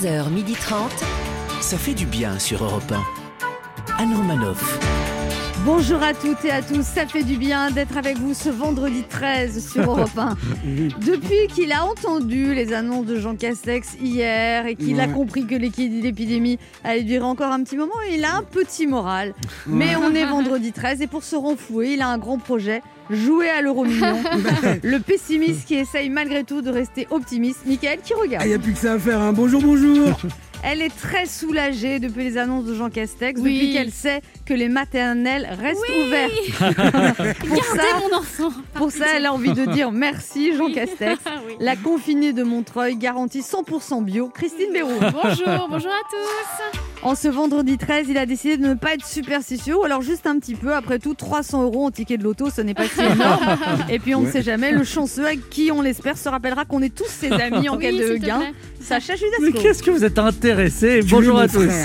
11h30. Ça fait du bien sur Europe 1. Anne Romanoff. Bonjour à toutes et à tous, ça fait du bien d'être avec vous ce vendredi 13 sur Europe 1. Depuis qu'il a entendu les annonces de Jean Castex hier et qu'il a compris que l'épidémie allait durer encore un petit moment, il a un petit moral. Mais on est vendredi 13 et pour se renflouer, il a un grand projet. Jouer à l'euro million. Le pessimiste qui essaye malgré tout de rester optimiste. Mickaël qui regarde. Il n'y a plus que ça à faire, hein. Bonjour. Elle est très soulagée depuis les annonces de Jean Castex, depuis qu'elle sait que les maternelles restent ouvertes. Mon enfant. Pour ça, elle a envie de dire merci Jean Castex. La confinée de Montreuil garantit 100% bio. Christine Béroux. Bonjour à tous. En ce vendredi 13, il a décidé de ne pas être superstitieux, ou alors juste un petit peu. Après tout, 300 € en ticket de loto, ce n'est pas si énorme. Et puis on ne sait jamais, le chanceux, avec qui on l'espère, se rappellera qu'on est tous ses amis en cas de gain. Sacha Judasco. Mais qu'est-ce que vous êtes intéressé? Bonjour à tous.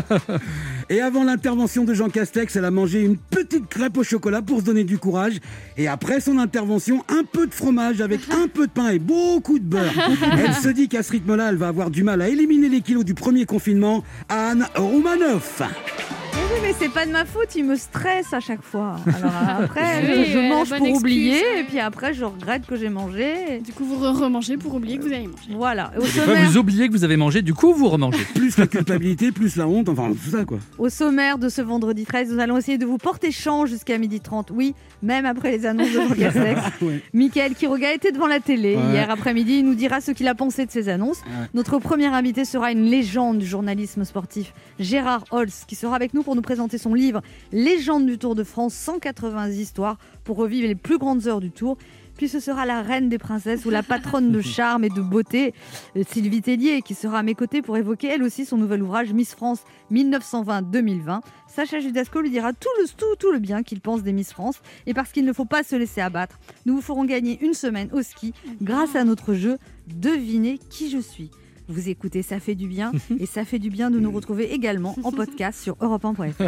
Et avant l'intervention de Jean Castex, elle a mangé une petite crêpe au chocolat pour se donner du courage. Et après son intervention, un peu de fromage avec un peu de pain et beaucoup de beurre. Elle se dit qu'à ce rythme-là, elle va avoir du mal à éliminer les kilos du premier confinement. Anne Romanoff. Oui, mais c'est pas de ma faute, il me stresse à chaque fois. Alors après, je mange pour oublier, et puis après, je regrette que j'ai mangé. Du coup, vous remangez pour oublier que vous avez mangé. Voilà. Des fois, vous oubliez que vous avez mangé, du coup, vous remangez. Plus la culpabilité, plus la honte, enfin tout ça quoi. Au sommaire de ce vendredi 13, nous allons essayer de vous porter chance jusqu'à 12h30. Oui, même après les annonces de Jean Castex. Mickaël Quiroga était devant la télé hier après-midi. Il nous dira ce qu'il a pensé de ces annonces. Notre premier invité sera une légende du journalisme sportif, Gérard Holtz, qui sera avec nous pour nous présenter son livre Légende du Tour de France, 180 histoires pour revivre les plus grandes heures du Tour. Puis ce sera la reine des princesses ou la patronne de charme et de beauté, Sylvie Tellier, qui sera à mes côtés pour évoquer elle aussi son nouvel ouvrage Miss France 1920-2020. Sacha Judasco lui dira tout le bien qu'il pense des Miss France. Et parce qu'il ne faut pas se laisser abattre, nous vous ferons gagner une semaine au ski grâce à notre jeu Devinez qui je suis. Vous écoutez Ça fait du bien et ça fait du bien de nous retrouver également en podcast sur europe1.fr.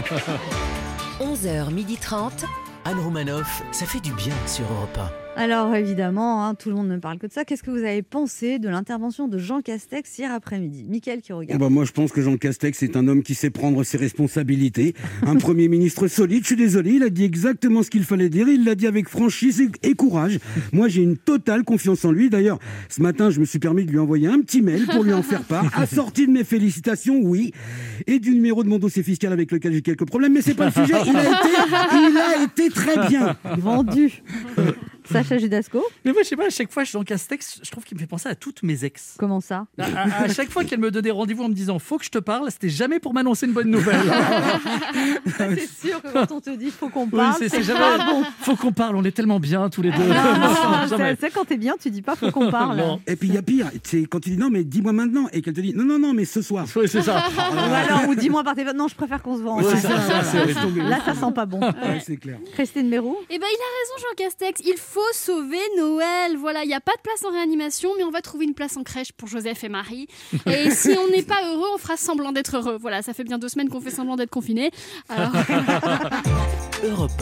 11h30. Anne Romanoff, ça fait du bien sur Europe 1. Alors évidemment, tout le monde ne parle que de ça. Qu'est-ce que vous avez pensé de l'intervention de Jean Castex hier après-midi? Mickaël qui regarde. Moi je pense que Jean Castex est un homme qui sait prendre ses responsabilités. Un Premier ministre solide, je suis désolé, il a dit exactement ce qu'il fallait dire. Il l'a dit avec franchise et courage. Moi j'ai une totale confiance en lui. D'ailleurs, ce matin je me suis permis de lui envoyer un petit mail pour lui en faire part, assorti de mes félicitations, oui, et du numéro de mon dossier fiscal avec lequel j'ai quelques problèmes. Mais c'est pas le sujet, il a été très bien. Vendu. Sacha Judasco. Mais moi, je sais pas, à chaque fois, Jean Castex, je trouve qu'il me fait penser à toutes mes ex. Comment ça? À chaque fois qu'elle me donnait rendez-vous en me disant « faut que je te parle », c'était jamais pour m'annoncer une bonne nouvelle. C'est sûr que quand on te dit « faut qu'on parle », c'est jamais pas bon. Faut qu'on parle, on est tellement bien tous les deux. C'est quand t'es bien, tu dis pas « faut qu'on parle ». Et puis il y a pire, c'est quand tu dis « non mais dis-moi maintenant » et qu'elle te dit « non mais ce soir ». Oui, c'est ça. Ou dis-moi par téléphone « non, je préfère qu'on se voit ». Là, ça sent pas bon. C'est clair. Christine Béroux. Eh ben, il a raison, Jean Castex. Il faut sauver Noël. Voilà, il n'y a pas de place en réanimation, mais on va trouver une place en crèche pour Joseph et Marie. Et si on n'est pas heureux, on fera semblant d'être heureux. Voilà, ça fait bien 2 semaines qu'on fait semblant d'être confinés. Alors... Europe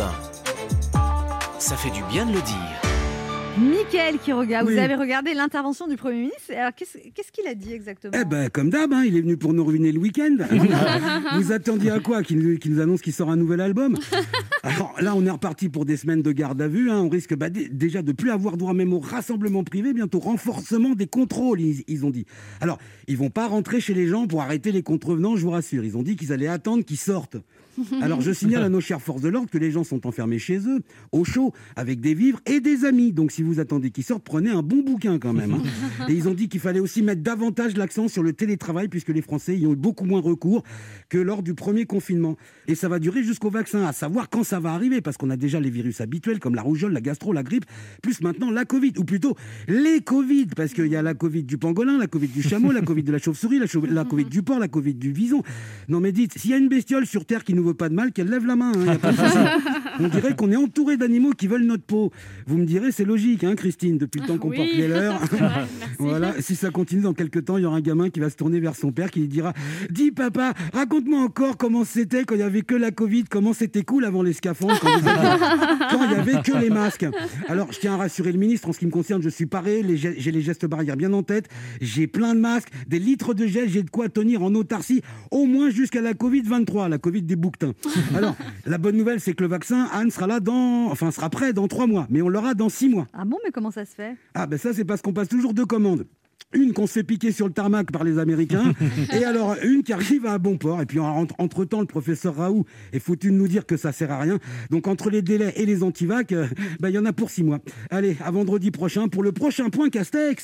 1. Ça fait du bien de le dire. Mickaël qui regarde. Vous avez regardé l'intervention du Premier ministre. Alors, qu'est-ce qu'il a dit exactement? Comme d'hab, il est venu pour nous ruiner le week-end. Vous attendiez à quoi? Qu'il nous annonce qu'il sort un nouvel album? Alors là, on est reparti pour des semaines de garde à vue. On risque déjà de plus avoir droit même au rassemblement privé, bientôt renforcement des contrôles, ils ont dit. Alors, ils vont pas rentrer chez les gens pour arrêter les contrevenants, je vous rassure. Ils ont dit qu'ils allaient attendre qu'ils sortent. Alors je signale à nos chères forces de l'ordre que les gens sont enfermés chez eux, au chaud, avec des vivres et des amis. Donc si vous attendez qu'ils sortent, prenez un bon bouquin quand même. Et ils ont dit qu'il fallait aussi mettre davantage l'accent sur le télétravail, puisque les Français y ont eu beaucoup moins recours que lors du premier confinement. Et ça va durer jusqu'au vaccin, à savoir quand ça va arriver, parce qu'on a déjà les virus habituels comme la rougeole, la gastro, la grippe, plus maintenant la Covid, ou plutôt les Covid, parce qu'il y a la Covid du pangolin, la Covid du chameau, la Covid de la chauve-souris, la Covid du porc, la Covid du vison. Non mais dites, s'il y a une bestiole sur Terre qui ne veut pas de mal, qu'elle lève la main. Y a pas de souci. On dirait qu'on est entouré d'animaux qui veulent notre peau. Vous me direz, c'est logique, hein, Christine, depuis le temps qu'on porte les leurs. Voilà. Si ça continue, dans quelques temps, il y aura un gamin qui va se tourner vers son père, qui lui dira « Dis papa, raconte-moi encore comment c'était quand il n'y avait que la Covid, comment c'était cool avant les scaphandres, quand il n'y avait que les masques. » Alors, je tiens à rassurer le ministre, en ce qui me concerne, je suis paré, j'ai les gestes barrières bien en tête, j'ai plein de masques, des litres de gel, j'ai de quoi tenir en autarcie, au moins jusqu'à la Covid-23, la Covid des bouquetins. Alors, la bonne nouvelle, c'est que le vaccin, Anne, sera prêt dans 3 mois, mais on l'aura dans 6 mois. Ah bon, mais comment ça se fait? Ah ben ça, c'est parce qu'on passe toujours 2 commandes. Une qu'on se fait piquer sur le tarmac par les Américains, et alors une qui arrive à un bon port. Et puis entre-temps, le professeur Raoult est foutu de nous dire que ça sert à rien. Donc entre les délais et les antivacs, il y en a pour 6 mois. Allez, à vendredi prochain pour le prochain point Castex.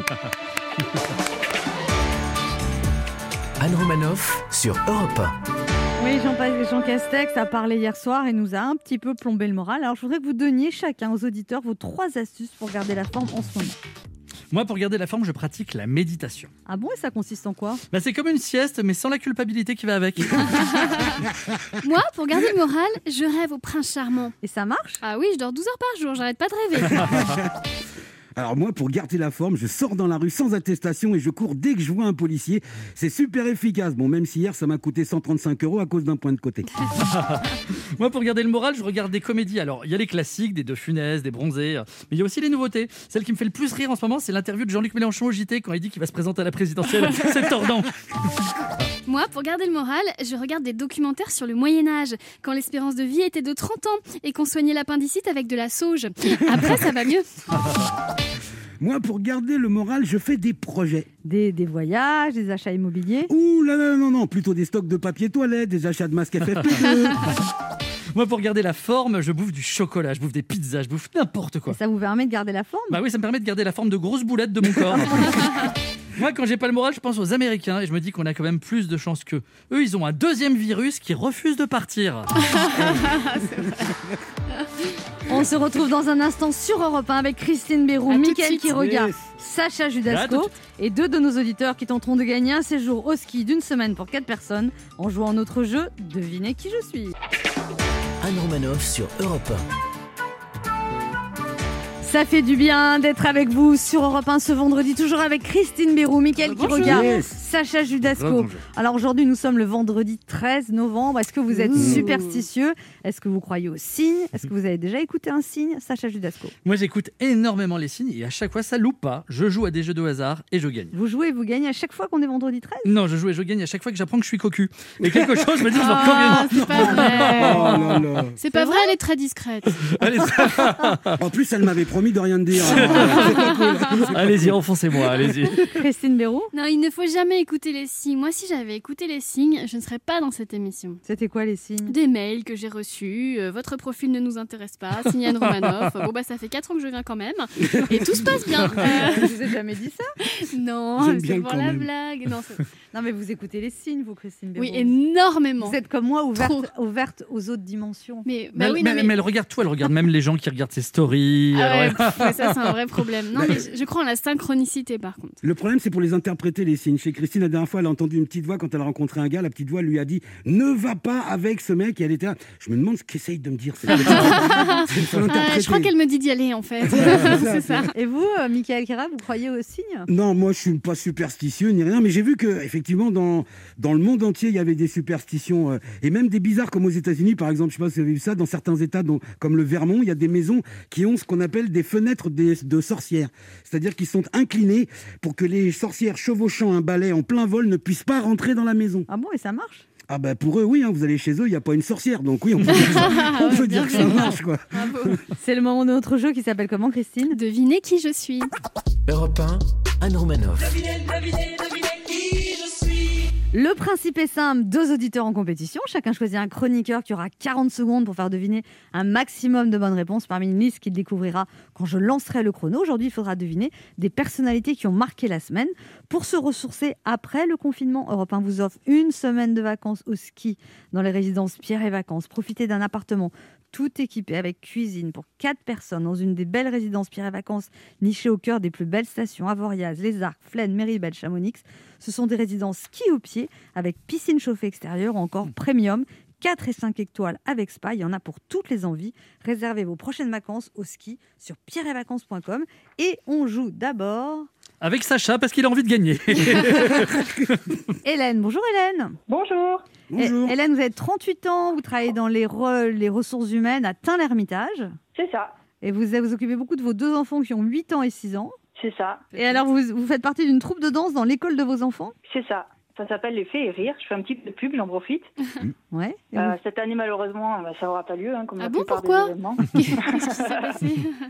Anne Romanoff sur Europe 1. Oui, Jean Castex a parlé hier soir et nous a un petit peu plombé le moral. Alors je voudrais que vous donniez chacun aux auditeurs vos 3 astuces pour garder la forme en ce moment. Moi, pour garder la forme, je pratique la méditation. Ah bon, et ça consiste en quoi? C'est comme une sieste, mais sans la culpabilité qui va avec. Moi, pour garder le moral, je rêve au prince charmant. Et ça marche? Ah oui, je dors 12 heures par jour, j'arrête pas de rêver. Alors moi, pour garder la forme, je sors dans la rue sans attestation et je cours dès que je vois un policier. C'est super efficace. Bon, même si hier, ça m'a coûté 135 € à cause d'un point de côté. Moi, pour garder le moral, je regarde des comédies. Alors, il y a les classiques, des De Funès, des Bronzés, mais il y a aussi les nouveautés. Celle qui me fait le plus rire en ce moment, c'est l'interview de Jean-Luc Mélenchon au JT quand il dit qu'il va se présenter à la présidentielle. C'est tordant. Moi, pour garder le moral, je regarde des documentaires sur le Moyen-Âge, quand l'espérance de vie était de 30 ans et qu'on soignait l'appendicite avec de la sauge. Après, ça va mieux. Moi, pour garder le moral, je fais des projets. Des voyages, des achats immobiliers? Ouh là là, non, plutôt des stocks de papier toilette, des achats de masques FFP2. Moi, pour garder la forme, je bouffe du chocolat, je bouffe des pizzas, je bouffe n'importe quoi. Et ça vous permet de garder la forme? Bah oui, ça me permet de garder la forme de grosses boulettes de mon corps. Moi, quand j'ai pas le moral, je pense aux Américains et je me dis qu'on a quand même plus de chances qu'eux. Eux, ils ont un 2e virus qui refuse de partir. On se retrouve dans un instant sur Europe 1 avec Christine Béroux, Mickaël Quiroga, Sacha Judasco et 2 de nos auditeurs qui tenteront de gagner un séjour au ski d'1 semaine pour 4 personnes en jouant à notre jeu Devinez qui je suis. Anne Romanoff sur Europe 1. Ça fait du bien d'être avec vous sur Europe 1 ce vendredi, toujours avec Christine Béroux, Mickaël Quiroga, Sacha Judasco. Alors aujourd'hui, nous sommes le vendredi 13 novembre. Est-ce que vous êtes superstitieux? Est-ce que vous croyez aux signes? Est-ce que vous avez déjà écouté un signe, Sacha Judasco? Moi, j'écoute énormément les signes et à chaque fois, ça loupe pas. Je joue à des jeux de hasard et je gagne. Vous jouez et vous gagnez à chaque fois qu'on est vendredi 13? Non, je joue et je gagne à chaque fois que j'apprends que je suis cocu. Et quelque chose me dit, je vais encore C'est pas vrai. Oh là là. C'est pas vrai, elle est très discrète. Allez, En plus, elle m'avait promis de rien dire. C'est pas cool. allez-y, enfoncez-moi, allez-y. Christine Béroux, Non, il ne faut jamais écouter les signes. Moi, si j'avais écouté les signes, je ne serais pas dans cette émission. c'était quoi les signes? Des mails que j'ai reçus, votre profil ne nous intéresse pas, signé Anne Romanoff. Bon, ça fait 4 ans que je viens quand même. Et tout se passe bien. Je vous ai jamais dit ça? Non, J'aime bien c'est le pour quand la même. blague. Non mais vous écoutez les signes, vous, Christine Béroux. Oui, énormément. Vous êtes comme moi, ouverte aux autres dimensions. Mais, Mais, oui, mais- non, mais elle regarde tout, elle regarde même les gens qui regardent ses stories. Ah elle ouais, ouais, ça, c'est un vrai problème. Non, mais je crois en la synchronicité, par contre. Le problème, c'est pour les interpréter, les signes. Chez Christine, la dernière fois, elle a entendu une petite voix quand elle a rencontré un gars. La petite voix lui a dit « Ne va pas avec ce mec ». Et elle était là. Je me demande ce qu'essaye de me dire. Faut l'interpréter. Je crois qu'elle me dit d'y aller, en fait. C'est ça. Et vous, Mickaël Quiroga, vous croyez aux signes? Non, moi, je suis pas superstitieux ni rien, mais j'ai vu que effectivement dans le monde entier, il y avait des superstitions et même des bizarres comme aux États-Unis, par exemple. Je sais pas si vous avez vu ça, dans certains États, comme le Vermont, il y a des maisons qui ont ce qu'on appelle des fenêtres de sorcières, c'est-à-dire qu'ils sont inclinés pour que les sorcières chevauchant un balai en plein vol ne puissent pas rentrer dans la maison. Ah bon, et ça marche? Ah bah pour eux, oui, hein, vous allez chez eux, il n'y a pas une sorcière, donc oui, on peut dire que on peut dire que ça marche, quoi. Bravo. C'est le moment de notre jeu qui s'appelle comment, Christine? Devinez qui je suis. Europe 1, Anne Romanoff. Le principe est simple, 2 auditeurs en compétition. Chacun choisit un chroniqueur qui aura 40 secondes pour faire deviner un maximum de bonnes réponses parmi une liste qu'il découvrira quand je lancerai le chrono. Aujourd'hui, il faudra deviner des personnalités qui ont marqué la semaine. Pour se ressourcer après le confinement, Europe 1 vous offre 1 semaine de vacances au ski dans les résidences Pierre et Vacances. Profitez d'un appartement tout équipé avec cuisine pour 4 personnes dans une des belles résidences Pierre et Vacances nichées au cœur des plus belles stations, Avoriaz, Les Arcs, Flaine, Méribel, Chamonix. Ce sont des résidences ski au pied avec piscine chauffée extérieure ou encore premium, 4 et 5 étoiles avec spa. Il y en a pour toutes les envies. Réservez vos prochaines vacances au ski sur pierreetvacances.com. Et on joue d'abord... Avec Sacha, parce qu'il a envie de gagner. Hélène. Bonjour Hélène. Bonjour. Bonjour. Hélène, vous avez 38 ans, vous travaillez dans les ressources humaines à Tain-l'Hermitage. C'est ça, Et vous vous occupez beaucoup de vos 2 enfants qui ont 8 ans et 6 ans. c'est ça, Et alors, vous faites partie d'une troupe de danse dans l'école de vos enfants? c'est ça. Ça s'appelle les Fées et Rires. Je fais un petit peu de pub, j'en profite. Ouais. Et vous- Cette année, malheureusement, ça n'aura pas lieu, comme Ah la bon, plupart pourquoi des événements. Qu'est-ce qui s'est passé?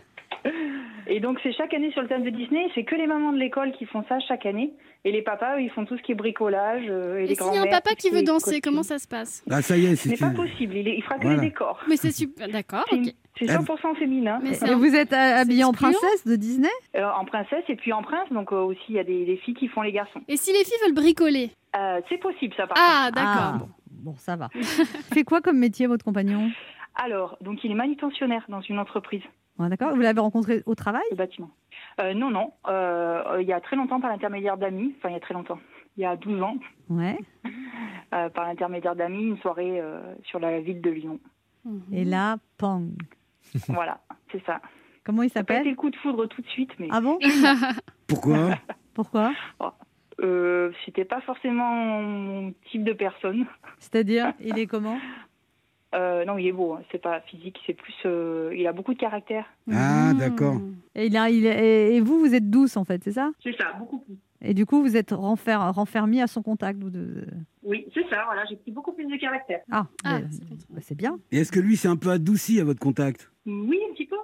Et donc, c'est chaque année sur le thème de Disney. C'est que les mamans de l'école qui font ça chaque année. Et les papas, eux, ils font tout ce qui est bricolage. Et les Et s'il y a un grands-mères, papa tout ce qui veut est danser, costume. comment ça se passe? Ah, ça y est, Ce n'est pas possible. Il fera que Voilà. les décors. Mais c'est super. D'accord, ok. C'est 100% féminin. Mais c'est Et un- vous êtes habillée en excluant. princesse de Disney? En princesse et puis en prince. Donc, aussi, il y a des filles qui font les garçons. Et si les filles veulent bricoler? C'est possible, ça, par Ah, contre. d'accord. Bon, ça va. Il fait quoi comme métier, votre compagnon? Alors, donc, il est manutentionnaire dans une entreprise Ouais, d'accord. Vous l'avez rencontré au travail? de bâtiment. Non. Il y a très longtemps, par l'intermédiaire d'amis. Enfin, il y a très longtemps. Il y a 12 ans. Ouais. Par l'intermédiaire d'amis, une soirée sur la ville de Lyon. Et là, pang. Voilà, c'est ça. Comment il Ça n'a pas été s'appelle? le coup de foudre tout de suite, mais Ah bon? Pourquoi? Pourquoi? c'était pas forcément mon type de personne. C'est-à-dire, il est comment? Non, il est beau, c'est pas physique, c'est plus... il a beaucoup de caractère. Ah, d'accord. Et, et vous êtes douce, en fait, c'est ça? C'est ça, beaucoup plus. Et du coup, vous êtes renfermie à son contact Oui, c'est ça, voilà, j'ai pris beaucoup plus de caractère. Ah, Ah, mais- c'est bon. c'est bien. Et est-ce que lui s'est un peu adouci à votre contact? Oui, un petit peu.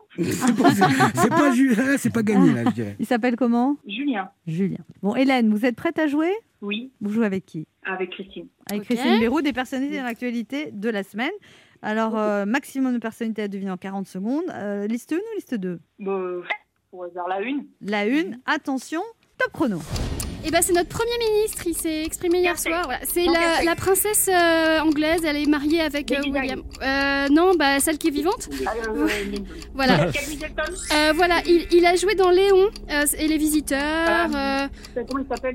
C'est pas gagné, là, je dirais. Il s'appelle comment? Julien, Julien. Bon, Hélène, vous êtes prête à jouer? oui, Vous jouez avec qui? avec Christine. Avec Ok. Christine Béroux, des personnalités dans l'actualité de la semaine. Alors, maximum de personnalités à deviner en 40 secondes. Liste 1 ou liste 2? Pour vers la une. La 1, attention, top chrono. Eh ben, c'est notre Premier ministre, il s'est exprimé hier Perfect. soir. Voilà. C'est Donc, la, perfect. la princesse anglaise, elle est mariée avec Lady Di. William. Non, celle qui est vivante. Voilà. Kate Middleton. Voilà, il a joué dans Léon et les visiteurs. Comment il s'appelle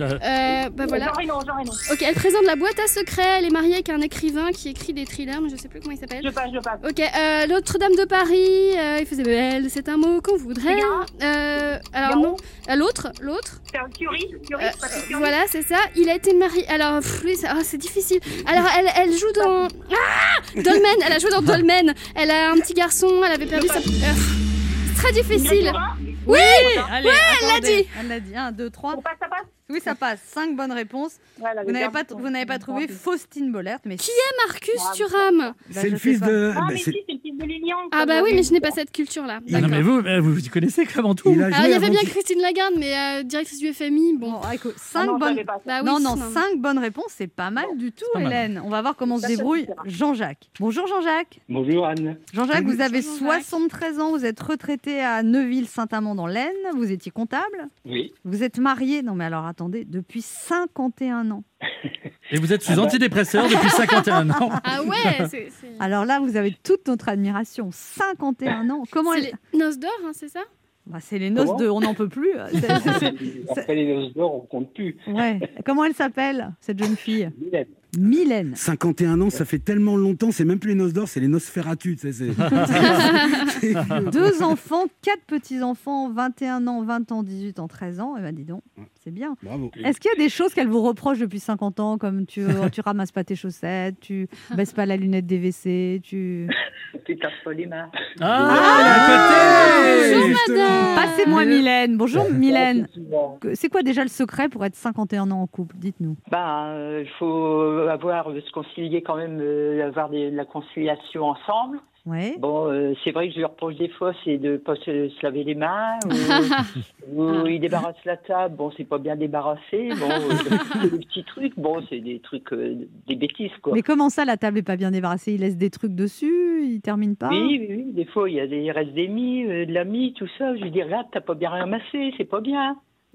Voilà. Jean Reno. Ok, elle présente la boîte à secrets. Elle est mariée avec un écrivain qui écrit des thrillers, mais je sais plus comment il s'appelle. Je passe. Ok, Notre-Dame de Paris, il faisait belle, c'est un mot qu'on voudrait. Alors Figaro. non, l'autre. Curie, Patrick Curie. Voilà, c'est ça. Il a été marié. Alors, lui, c'est difficile. Alors, elle joue dans. Dolmen. Elle a joué dans Dolmen. Elle a un petit garçon. Elle avait perdu sa. C'est très difficile. Oui, Allez, elle l'a dit. Elle l'a dit. 1, 2, 3. Ça passe. Oui, ça passe. 5 bonnes réponses. Voilà, Vous n'avez pas trouvé Faustine Bollert. Mais Qui est Marcus Thuram? Bah, C'est je le sais fils pas. de. Ah, bah, mais c'est- si, c'est le fils de Lilian. Ah bah oui, mais je n'ai pas cette culture-là. Il- Non, mais D'accord. vous y connaissez comment tout. Il a Alors, il joué y avait bien avant- Christine Lagarde, mais directrice du FMI, bon. Bon, écoute, Ah 5 non, je bonnes. savais pas ça. Bah oui, Non, mais- 5 bonnes réponses, c'est pas mal du tout, pas mal. Hélène. On va voir comment se Ça, ça débrouille suffira. Jean-Jacques. Bonjour Jean-Jacques. Bonjour Anne. Jean-Jacques, vous avez Bonjour, Jean-Jacques. 73 ans, vous êtes retraité à Neuville-Saint-Amand dans l'Aisne, vous étiez comptable, Oui. vous êtes marié, non mais alors attendez, depuis 51 ans. Et vous êtes sous antidépresseur depuis 51 ans. Ah ouais, c'est. Alors là, vous avez toute notre admiration, 51 ans. Comment C'est elle... les noces d'or, hein, c'est ça? Bah, c'est les noces Comment de... On n'en peut plus. Après les noces d'or, on compte plus. Ouais. Comment elle s'appelle, cette jeune fille? Mylène. Mylène. 51 ans, ça fait tellement longtemps, c'est même plus les noces d'or, c'est les noces ferratu. Tu sais, c'est vieux. 2 enfants, 4 petits-enfants, 21 ans, 20 ans, 18 ans, 13 ans. Eh ben dis donc, c'est bien. Bravo. Est-ce qu'il y a des choses qu'elle vous reproche depuis 50 ans, comme tu ramasses pas tes chaussettes, tu baisses pas la lunette des WC, tu... Tu tapes pas les mains. Ah, Bonjour, à côté. madame. Passez-moi Mylène. Bonjour Mylène. Souvent. C'est quoi déjà le secret pour être 51 ans en couple? Dites-nous. Il faut se concilier quand même, avoir de la conciliation ensemble. Ouais. Bon, c'est vrai que je lui reproche des fois, c'est de pas se laver les mains, ou il débarrasse la table, bon, c'est pas bien débarrassé, bon, des petits trucs, bon, c'est des trucs, des bêtises, quoi. Mais comment ça, la table est pas bien débarrassée? Il laisse des trucs dessus, il termine pas? Oui, des fois, il reste des mie, de la mie, tout ça. Je lui dis, là, t'as pas bien ramassé, c'est pas bien.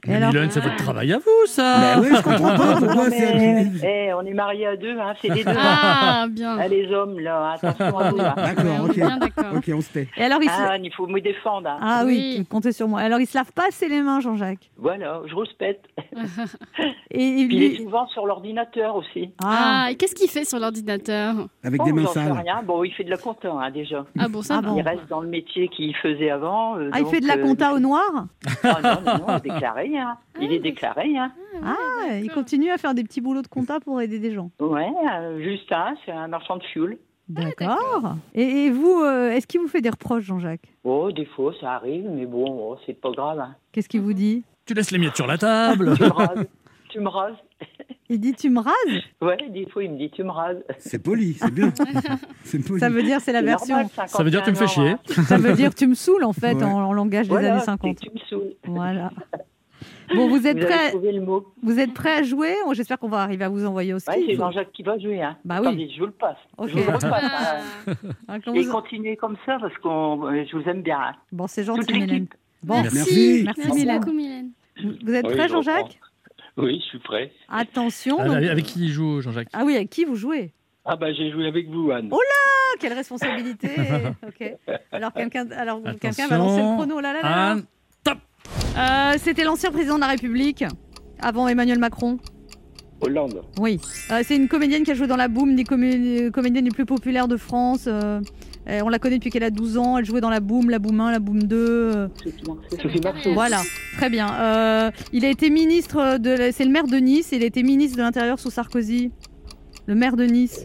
Mais alors Mylène, c'est votre travail à vous, ça. Ouais, je comprends pas pourquoi on est mariés à deux, hein, c'est les deux. Ah, bien. Ah, les hommes, là, attention à vous. Là. D'accord, ok. Bien d'accord. Ok, on se tait. Et alors, Il faut me défendre. Hein. Ah oui, Oui. comptez sur moi. Alors, il se lave pas assez les mains, Jean-Jacques. Voilà, je respecte. Et Puis il est souvent sur l'ordinateur aussi. Ah, Ah, et qu'est-ce qu'il fait sur l'ordinateur? Avec des mains j'en sais sales. rien. Bon, il fait de la compta, hein, déjà. Ah bon, ça Ah va. bon. Il reste dans le métier qu'il faisait avant. Ah, il fait de la compta au noir? Ah non, déclaré. Hein. Il est déclaré. Hein. Ah, il continue à faire des petits boulots de compta pour aider des gens. Ouais, Justin, c'est un marchand de fioul. D'accord. Et vous, est-ce qu'il vous fait des reproches, Jean-Jacques? Oh, des fois, ça arrive, mais bon, c'est pas grave. Hein. Qu'est-ce qu'il vous dit? Tu laisses les miettes sur la table. Tu me rases. Il dit tu me rases? Ouais, des fois, il me dit tu me rases. C'est poli, c'est bien. C'est poli. Ça veut dire c'est la C'est version. normal, Ça veut dire tu me fais 51 ans, chier. hein. Ça veut dire tu me saoules en fait Ouais. en langage des Voilà, années c'est 50. que tu me saoules. Voilà. Bon, vous êtes Vous avez prêts? trouvé le mot. Vous êtes prêts à jouer? Oh, j'espère qu'on va arriver à vous envoyer au ski. Ouais, c'est Jean-Jacques qui va jouer. Hein. Bah oui. Attendez, je vous le passe. Ok. Je vous le repasse. Ah. hein. Ah, quand Et vous- continuez comme ça parce que je vous aime bien. Hein. Bon, c'est gentil, Toute l'équipe. Mylène. Bon, Merci. merci Merci Mylène. beaucoup, Mylène. Vous êtes Oui, prêts, je Jean-Jacques? Oui, je suis prêt. Attention. Ah, donc- avec qui il joue, Jean-Jacques? Ah oui, avec qui vous jouez? Ah bah j'ai joué avec vous, Anne. Oh Ah, quelle responsabilité. Ok. Alors quelqu'un va lancer le chrono. Là, là, là. Anne, top. C'était l'ancien président de la République, avant Emmanuel Macron. Hollande. Oui. C'est une comédienne qui a joué dans La Boum, des comédiennes les plus populaires de France. On la connaît depuis qu'elle a 12 ans. Elle jouait dans La Boum 1, La Boum 2. Sophie Marceau. Voilà, très bien. Il a été ministre c'est le maire de Nice. Il a été ministre de l'Intérieur sous Sarkozy. Le maire de Nice.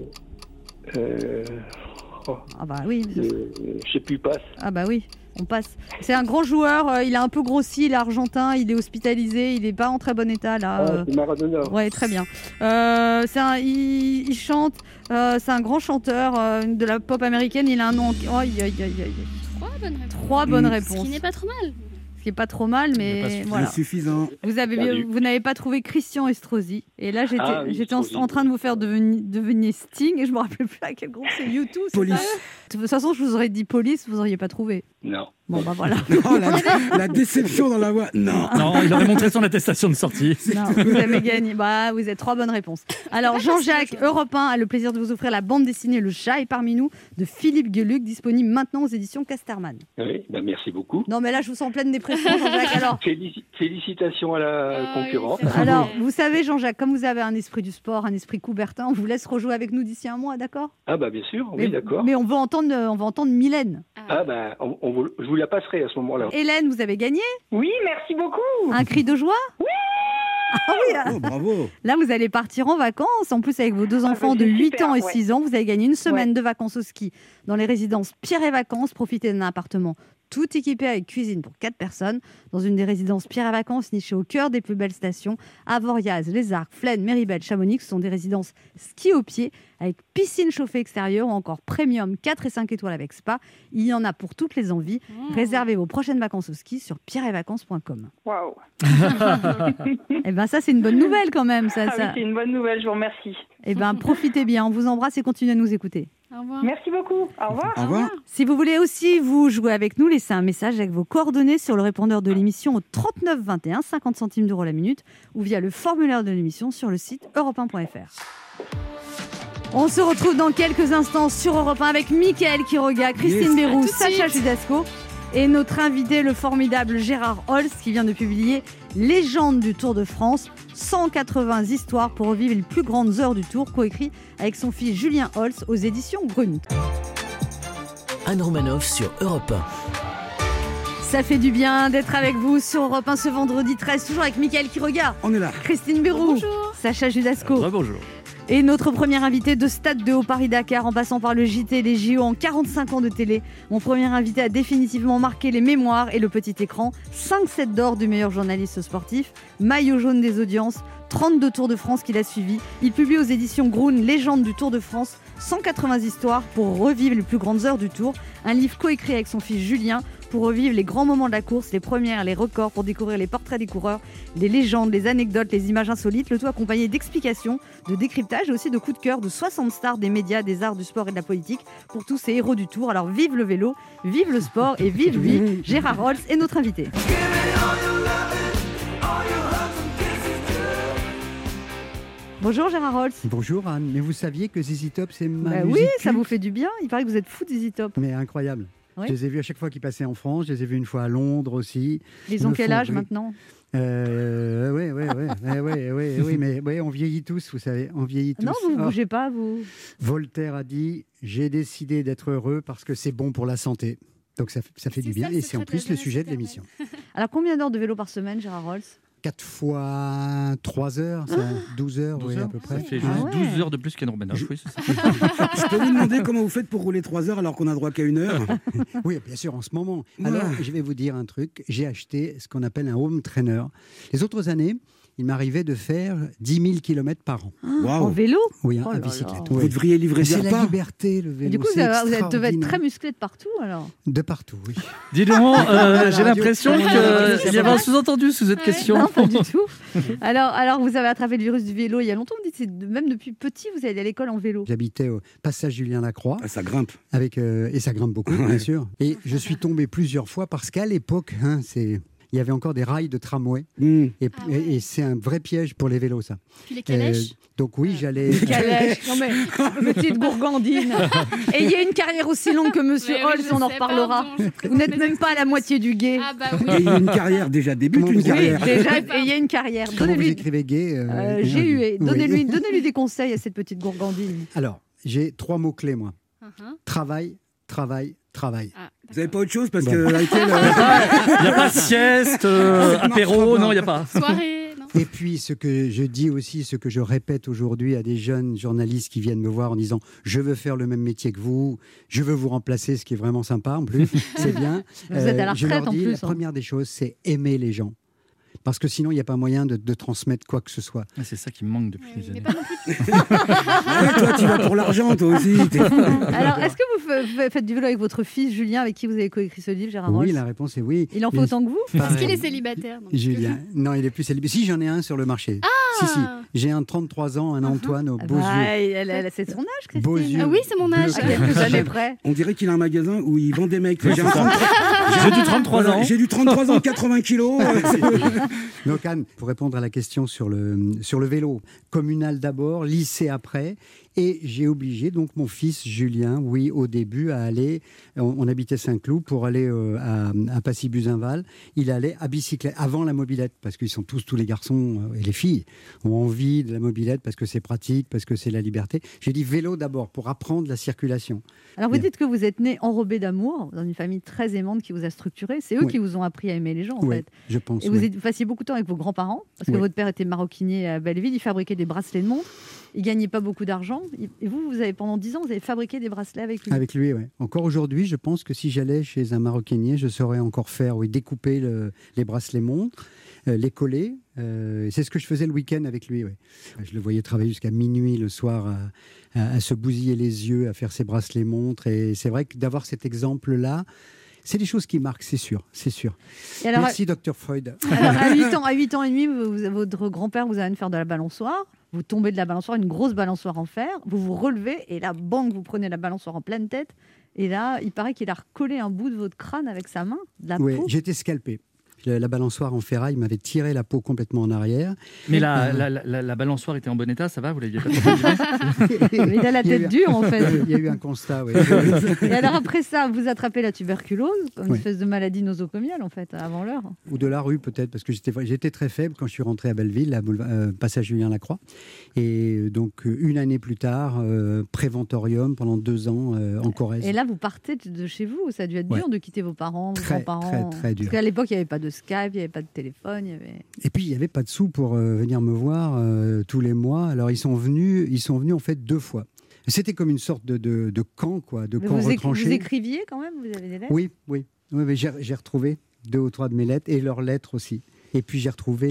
Ah bah oui. Je sais plus, passe. Ah bah oui, on passe. C'est un grand joueur. Il a un peu grossi. Il est argentin. Il est hospitalisé. Il n'est pas en très bon état là. C'est Maradona. Ouais, très bien. Il chante. C'est un grand chanteur de la pop américaine. Il a un nom. Aïe, aïe, aïe, aïe. 3 bonnes réponses. 3 bonnes Ce réponses. qui n'est pas trop mal. Ce qui est pas trop mal, mais voilà. Insuffisant. Vous n'avez pas trouvé Christian Estrosi. Et là, j'étais Ah oui, Estrosi. en train de vous faire devenir Sting. Et je me rappelle plus à quel groupe c'est. U2. c'est Police. ça de toute façon, je vous aurais dit Police, vous auriez pas trouvé. Non. Bon bah voilà. Oh, la déception dans la voix. Non. Non, il aurait montré son attestation de sortie. Non, vous avez gagné. Bah, vous êtes 3 bonnes réponses. Alors, Jean-Jacques, Europe 1 a le plaisir de vous offrir la bande dessinée Le Chat est parmi nous de Philippe Gueluc, disponible maintenant aux éditions Casterman. Oui, bah merci beaucoup. Non, mais là, je vous sens en pleine dépression, Jean-Jacques. Alors, Félicitations à la concurrente. oui, alors, vous savez, Jean-Jacques, comme vous avez un esprit du sport, un esprit Coubertin, on vous laisse rejouer avec nous d'ici un mois, d'accord? Ah bah bien sûr, oui, d'accord. Mais on va entendre Mylène. Ah bah je vous la passerai à ce moment-là. Hélène, vous avez gagné Oui, merci beaucoup. un cri de joie? Oui. Ah oui. Oh, bravo. Là, vous allez partir en vacances. En plus, avec vos 2 enfants bah, de c'est 8 super, ans et ouais. 6 ans, vous avez gagné une semaine de vacances au ski dans les résidences Pierre et Vacances. Profitez d'un appartement tout équipé avec cuisine pour 4 personnes dans une des résidences Pierre et Vacances nichées au cœur des plus belles stations. Avoriaz, Les Arcs, Flaine, Méribel, Chamonix. Ce sont des résidences ski au pied avec piscine chauffée extérieure ou encore premium 4 et 5 étoiles avec spa. Il y en a pour toutes les envies. Réservez vos prochaines vacances au ski sur pierreetvacances.com. Waouh. Eh ben ça, c'est une bonne nouvelle quand même. Ça, Ah oui, c'est une bonne nouvelle, je vous remercie. Eh ben, profitez bien, on vous embrasse et continuez à nous écouter. Au revoir. Merci beaucoup. Au revoir. Au revoir. Si vous voulez aussi vous jouer avec nous, laissez un message avec vos coordonnées sur le répondeur de l'émission au 39 21, 50 centimes d'euros la minute, ou via le formulaire de l'émission sur le site europe1.fr. On se retrouve dans quelques instants sur Europe 1 avec Mickaël Quiroga, Christine Yes. Béroux, À tout de Sacha suite. Judasco et notre invité, le formidable Gérard Holst, qui vient de publier Légende du Tour de France, 180 histoires pour revivre les plus grandes heures du Tour, coécrit avec son fils Julien Holst aux éditions Brune. Anne Romanoff sur Europe 1. Ça fait du bien d'être avec vous sur Europe 1 ce vendredi 13, toujours avec Mickaël Quiroga, On est là. Christine Béroux, Bonjour. Sacha Judasco. Bonjour. Et notre premier invité de Stade de Haut-Paris-Dakar, en passant par le JT et les JO en 45 ans de télé. Mon premier invité a définitivement marqué les mémoires et le petit écran. 5 sets d'or du meilleur journaliste sportif, maillot jaune des audiences, 32 Tours de France qu'il a suivis. Il publie aux éditions Grune Légende du Tour de France, 180 histoires pour revivre les plus grandes heures du Tour. Un livre coécrit avec son fils Julien pour revivre les grands moments de la course, les premières, les records, pour découvrir les portraits des coureurs, les légendes, les anecdotes, les images insolites, le tout accompagné d'explications, de décryptage et aussi de coups de cœur de 60 stars des médias, des arts, du sport et de la politique pour tous ces héros du Tour. Alors vive le vélo, vive le sport et vive lui. Gérard Holst est notre invité. Bonjour Gérard Rolls. Bonjour Anne, mais vous saviez que ZZ Top c'est ma musique Oui, ça culte vous fait du bien. Il paraît que vous êtes fou de ZZ Top. Mais incroyable. Oui. Je les ai vus à chaque fois qu'ils passaient en France, je les ai vus une fois à Londres aussi. Ils ont quel âge maintenant? Oui, mais on vieillit tous, vous savez, on vieillit tous. Non, vous ne bougez pas, vous. Voltaire a dit « J'ai décidé d'être heureux parce que c'est bon pour la santé ». Donc ça fait du bien et c'est en plus le sujet de l'émission. Alors combien d'heures de vélo par semaine, Gérard Rolls? 4 fois 3 heures, ça, 12 heures, 12 oui, heures, à peu près. Ça fait juste 12 heures de plus qu'Anne Romanoff. Oui, c'est ça. Je peux vous demander comment vous faites pour rouler 3 heures alors qu'on a droit qu'à 1 heure? Oui, bien sûr, en ce moment. Voilà. Alors, je vais vous dire un truc. J'ai acheté ce qu'on appelle un home trainer. Les autres années, il m'arrivait de faire 10 000 km par an. En vélo? Oui, Oh en là bicyclette. là. Oui. Vous devriez livrer C'est des la repas. liberté, le vélo. Et du coup, c'est vous devez être extraordinaire. très musclé de partout, alors. De partout, oui. Dis donc, j'ai l'impression radio. qu'il y avait un sous-entendu sous cette question. Non, pas du tout. Alors, vous avez attrapé le virus du vélo il y a longtemps. Vous dites, même depuis petit, vous allez à l'école en vélo. J'habitais au passage Julien-Lacroix. Ah, ça grimpe. Et ça grimpe beaucoup, bien sûr. Et je suis tombé plusieurs fois parce qu'à l'époque, il y avait encore des rails de tramway. Et c'est un vrai piège pour les vélos, ça. Puis les calèches. Donc oui, j'allais... Calèche, non mais, petite gourgandine. Ayez une carrière aussi longue que Monsieur Oui, Holz, je on en sais, reparlera. pardon, Vous n'êtes même pas à la moitié du guet. Ah bah oui. Il y a une carrière déjà, débute Comment une vous carrière. Déjà, ayez une carrière. Comment vous Donnez-lui écrivez gay GUE. Oui. Donnez-lui des conseils à cette petite gourgandine. Alors, j'ai 3 mots-clés, moi. Uh-huh. Travail, travail, travail. Ah, Vous n'avez pas autre chose parce Bon. que avec elle, Il n'y a pas de sieste, apéro, non, il n'y a pas. soirée, non. Et puis, ce que je dis aussi, ce que je répète aujourd'hui à des jeunes journalistes qui viennent me voir en disant « Je veux faire le même métier que vous, je veux vous remplacer », ce qui est vraiment sympa en plus, c'est bien. Vous êtes à la Je retraite leur en dis, plus, la première des choses, c'est aimer les gens. Parce que sinon, il n'y a pas moyen de transmettre quoi que ce soit. Ah, c'est ça qui me manque depuis des Mais années. pas non plus. toi tu vas pour l'argent toi aussi. Alors, est-ce que vous faites du vélo avec votre fils Julien, avec qui vous avez coécrit ce livre, Gérard Rolls? Oui, la réponse est oui. Il en fait Mais- autant que vous? Est-ce qu'il est célibataire donc Julien. Non, il est plus célibataire. Si, j'en ai un sur le marché. Si. J'ai un 33 ans, un Antoine aux beaux yeux. C'est son âge, Beaux Christine. yeux. Ah oui, c'est mon âge. À quelques années près. On dirait qu'il a un magasin où il vend des mecs. J'ai J'ai du 33 ans. J'ai du 33 ans, 80 kilos. Donc Anne, pour répondre à la question sur le vélo, communal d'abord, lycée après, et j'ai obligé donc mon fils Julien, oui, au début, à aller, on habitait Saint-Cloud, pour aller à Passy-Buzinval, il allait à bicyclette, avant la mobilette, parce qu'ils sont tous les garçons et les filles ont envie de la mobilette, parce que c'est pratique, parce que c'est la liberté. J'ai dit vélo d'abord, pour apprendre la circulation. Alors, vous dites que vous êtes né enrobé d'amour, dans une famille très aimante qui vous a structuré. C'est eux Oui. qui vous ont appris à aimer les gens, en Oui, fait. je pense. Et oui. vous passiez beaucoup de temps avec vos grands-parents, parce que Oui. votre père était maroquinier à Belleville, il fabriquait des bracelets de montres, il gagnait pas beaucoup d'argent. Et vous avez pendant 10 ans, vous avez fabriqué des bracelets avec lui. Avec lui, oui. Encore aujourd'hui, je pense que si j'allais chez un maroquinier, je saurais encore faire, oui, découper les bracelets montres, les coller. C'est ce que je faisais le week-end avec lui, oui. Je le voyais travailler jusqu'à minuit le soir à se bousiller les yeux, à faire ses bracelets montres. Et c'est vrai que d'avoir cet exemple-là, c'est des choses qui marquent, c'est sûr, c'est sûr. Et alors, Merci, Dr Freud. alors, à 8 ans et demi, votre grand-père vous amène faire de la balançoire. Vous tombez de la balançoire, une grosse balançoire en fer. Vous vous relevez et là, bang, vous prenez la balançoire en pleine tête. Et là, il paraît qu'il a recollé un bout de votre crâne avec sa main, de la Oui, peau. j'ai été scalpé. La balançoire en ferraille m'avait tiré la peau complètement en arrière. Mais la balançoire était en bon état, ça va? Vous l'aviez pas trop abîmée? Mais il a la tête dure, en fait. Il y a eu un constat, oui. Et alors après ça, vous attrapez la tuberculose, une Oui. espèce de maladie nosocomiale, en fait, avant l'heure. Ou de la rue peut-être, parce que j'étais très faible quand je suis rentré à Belleville, à passage Julien-Lacroix. Et donc, une année plus tard, préventorium pendant 2 ans en Corrèze. Et là, vous partez de chez vous. Ça a dû être dur de quitter vos parents, vos Très, grands-parents. très, très dur. Parce qu'à l'époque, il n'y avait pas de Skype, il n'y avait pas de téléphone. Il y avait... Et puis, il n'y avait pas de sous pour venir me voir tous les mois. Alors, ils sont venus en fait 2 fois. C'était comme une sorte de camp, quoi, de Mais camp vous retranché. écriviez quand même? Vous avez des lettres? Oui, mais j'ai retrouvé 2 ou 3 de mes lettres et leurs lettres aussi. Et puis j'ai retrouvé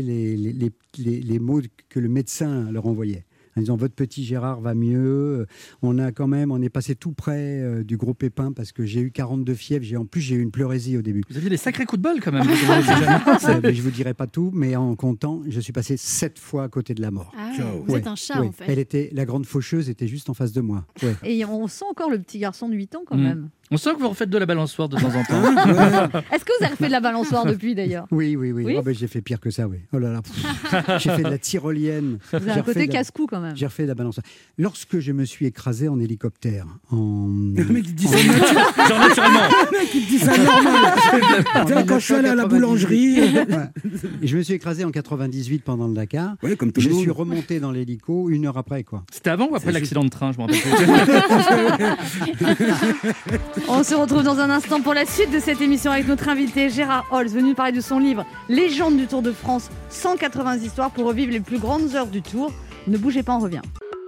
les mots que le médecin leur envoyait. En disant, votre petit Gérard va mieux. On est passé tout près du gros pépin parce que j'ai eu 42 fièvres. En plus, j'ai eu une pleurésie au début. Vous aviez des sacrés coups de bol quand même. Mais je vous dirai pas tout, mais en comptant, je suis passé 7 fois à côté de la mort. Ah, vous êtes un chat, en fait. La grande faucheuse était juste en face de moi. Ouais. Et on sent encore le petit garçon de 8 ans quand même. On sent que vous refaites de la balançoire de temps en temps. Est-ce que vous avez refait de la balançoire depuis d'ailleurs? Oui. Oh, ben, j'ai fait pire que ça, oui. Oh là là. J'ai fait de la tyrolienne. Vous avez un côté casse-cou quand même. J'ai refait de la balançoire. Lorsque je me suis écrasé en hélicoptère, Le mec, il dit ça Genre naturellement. Le mec, il dit ça normal. Quand je suis allé à la boulangerie. Et je me suis écrasé en 98 pendant le Dakar. Ouais, comme tout Je le monde. suis remonté dans l'hélico 1 heure après, quoi. C'était avant ou après l'accident de train, je me rappelle plus. On se retrouve dans un instant pour la suite de cette émission avec notre invité Gérard Holz, venu parler de son livre Légende du Tour de France, 180 histoires pour revivre les plus grandes heures du Tour. Ne bougez pas, on revient.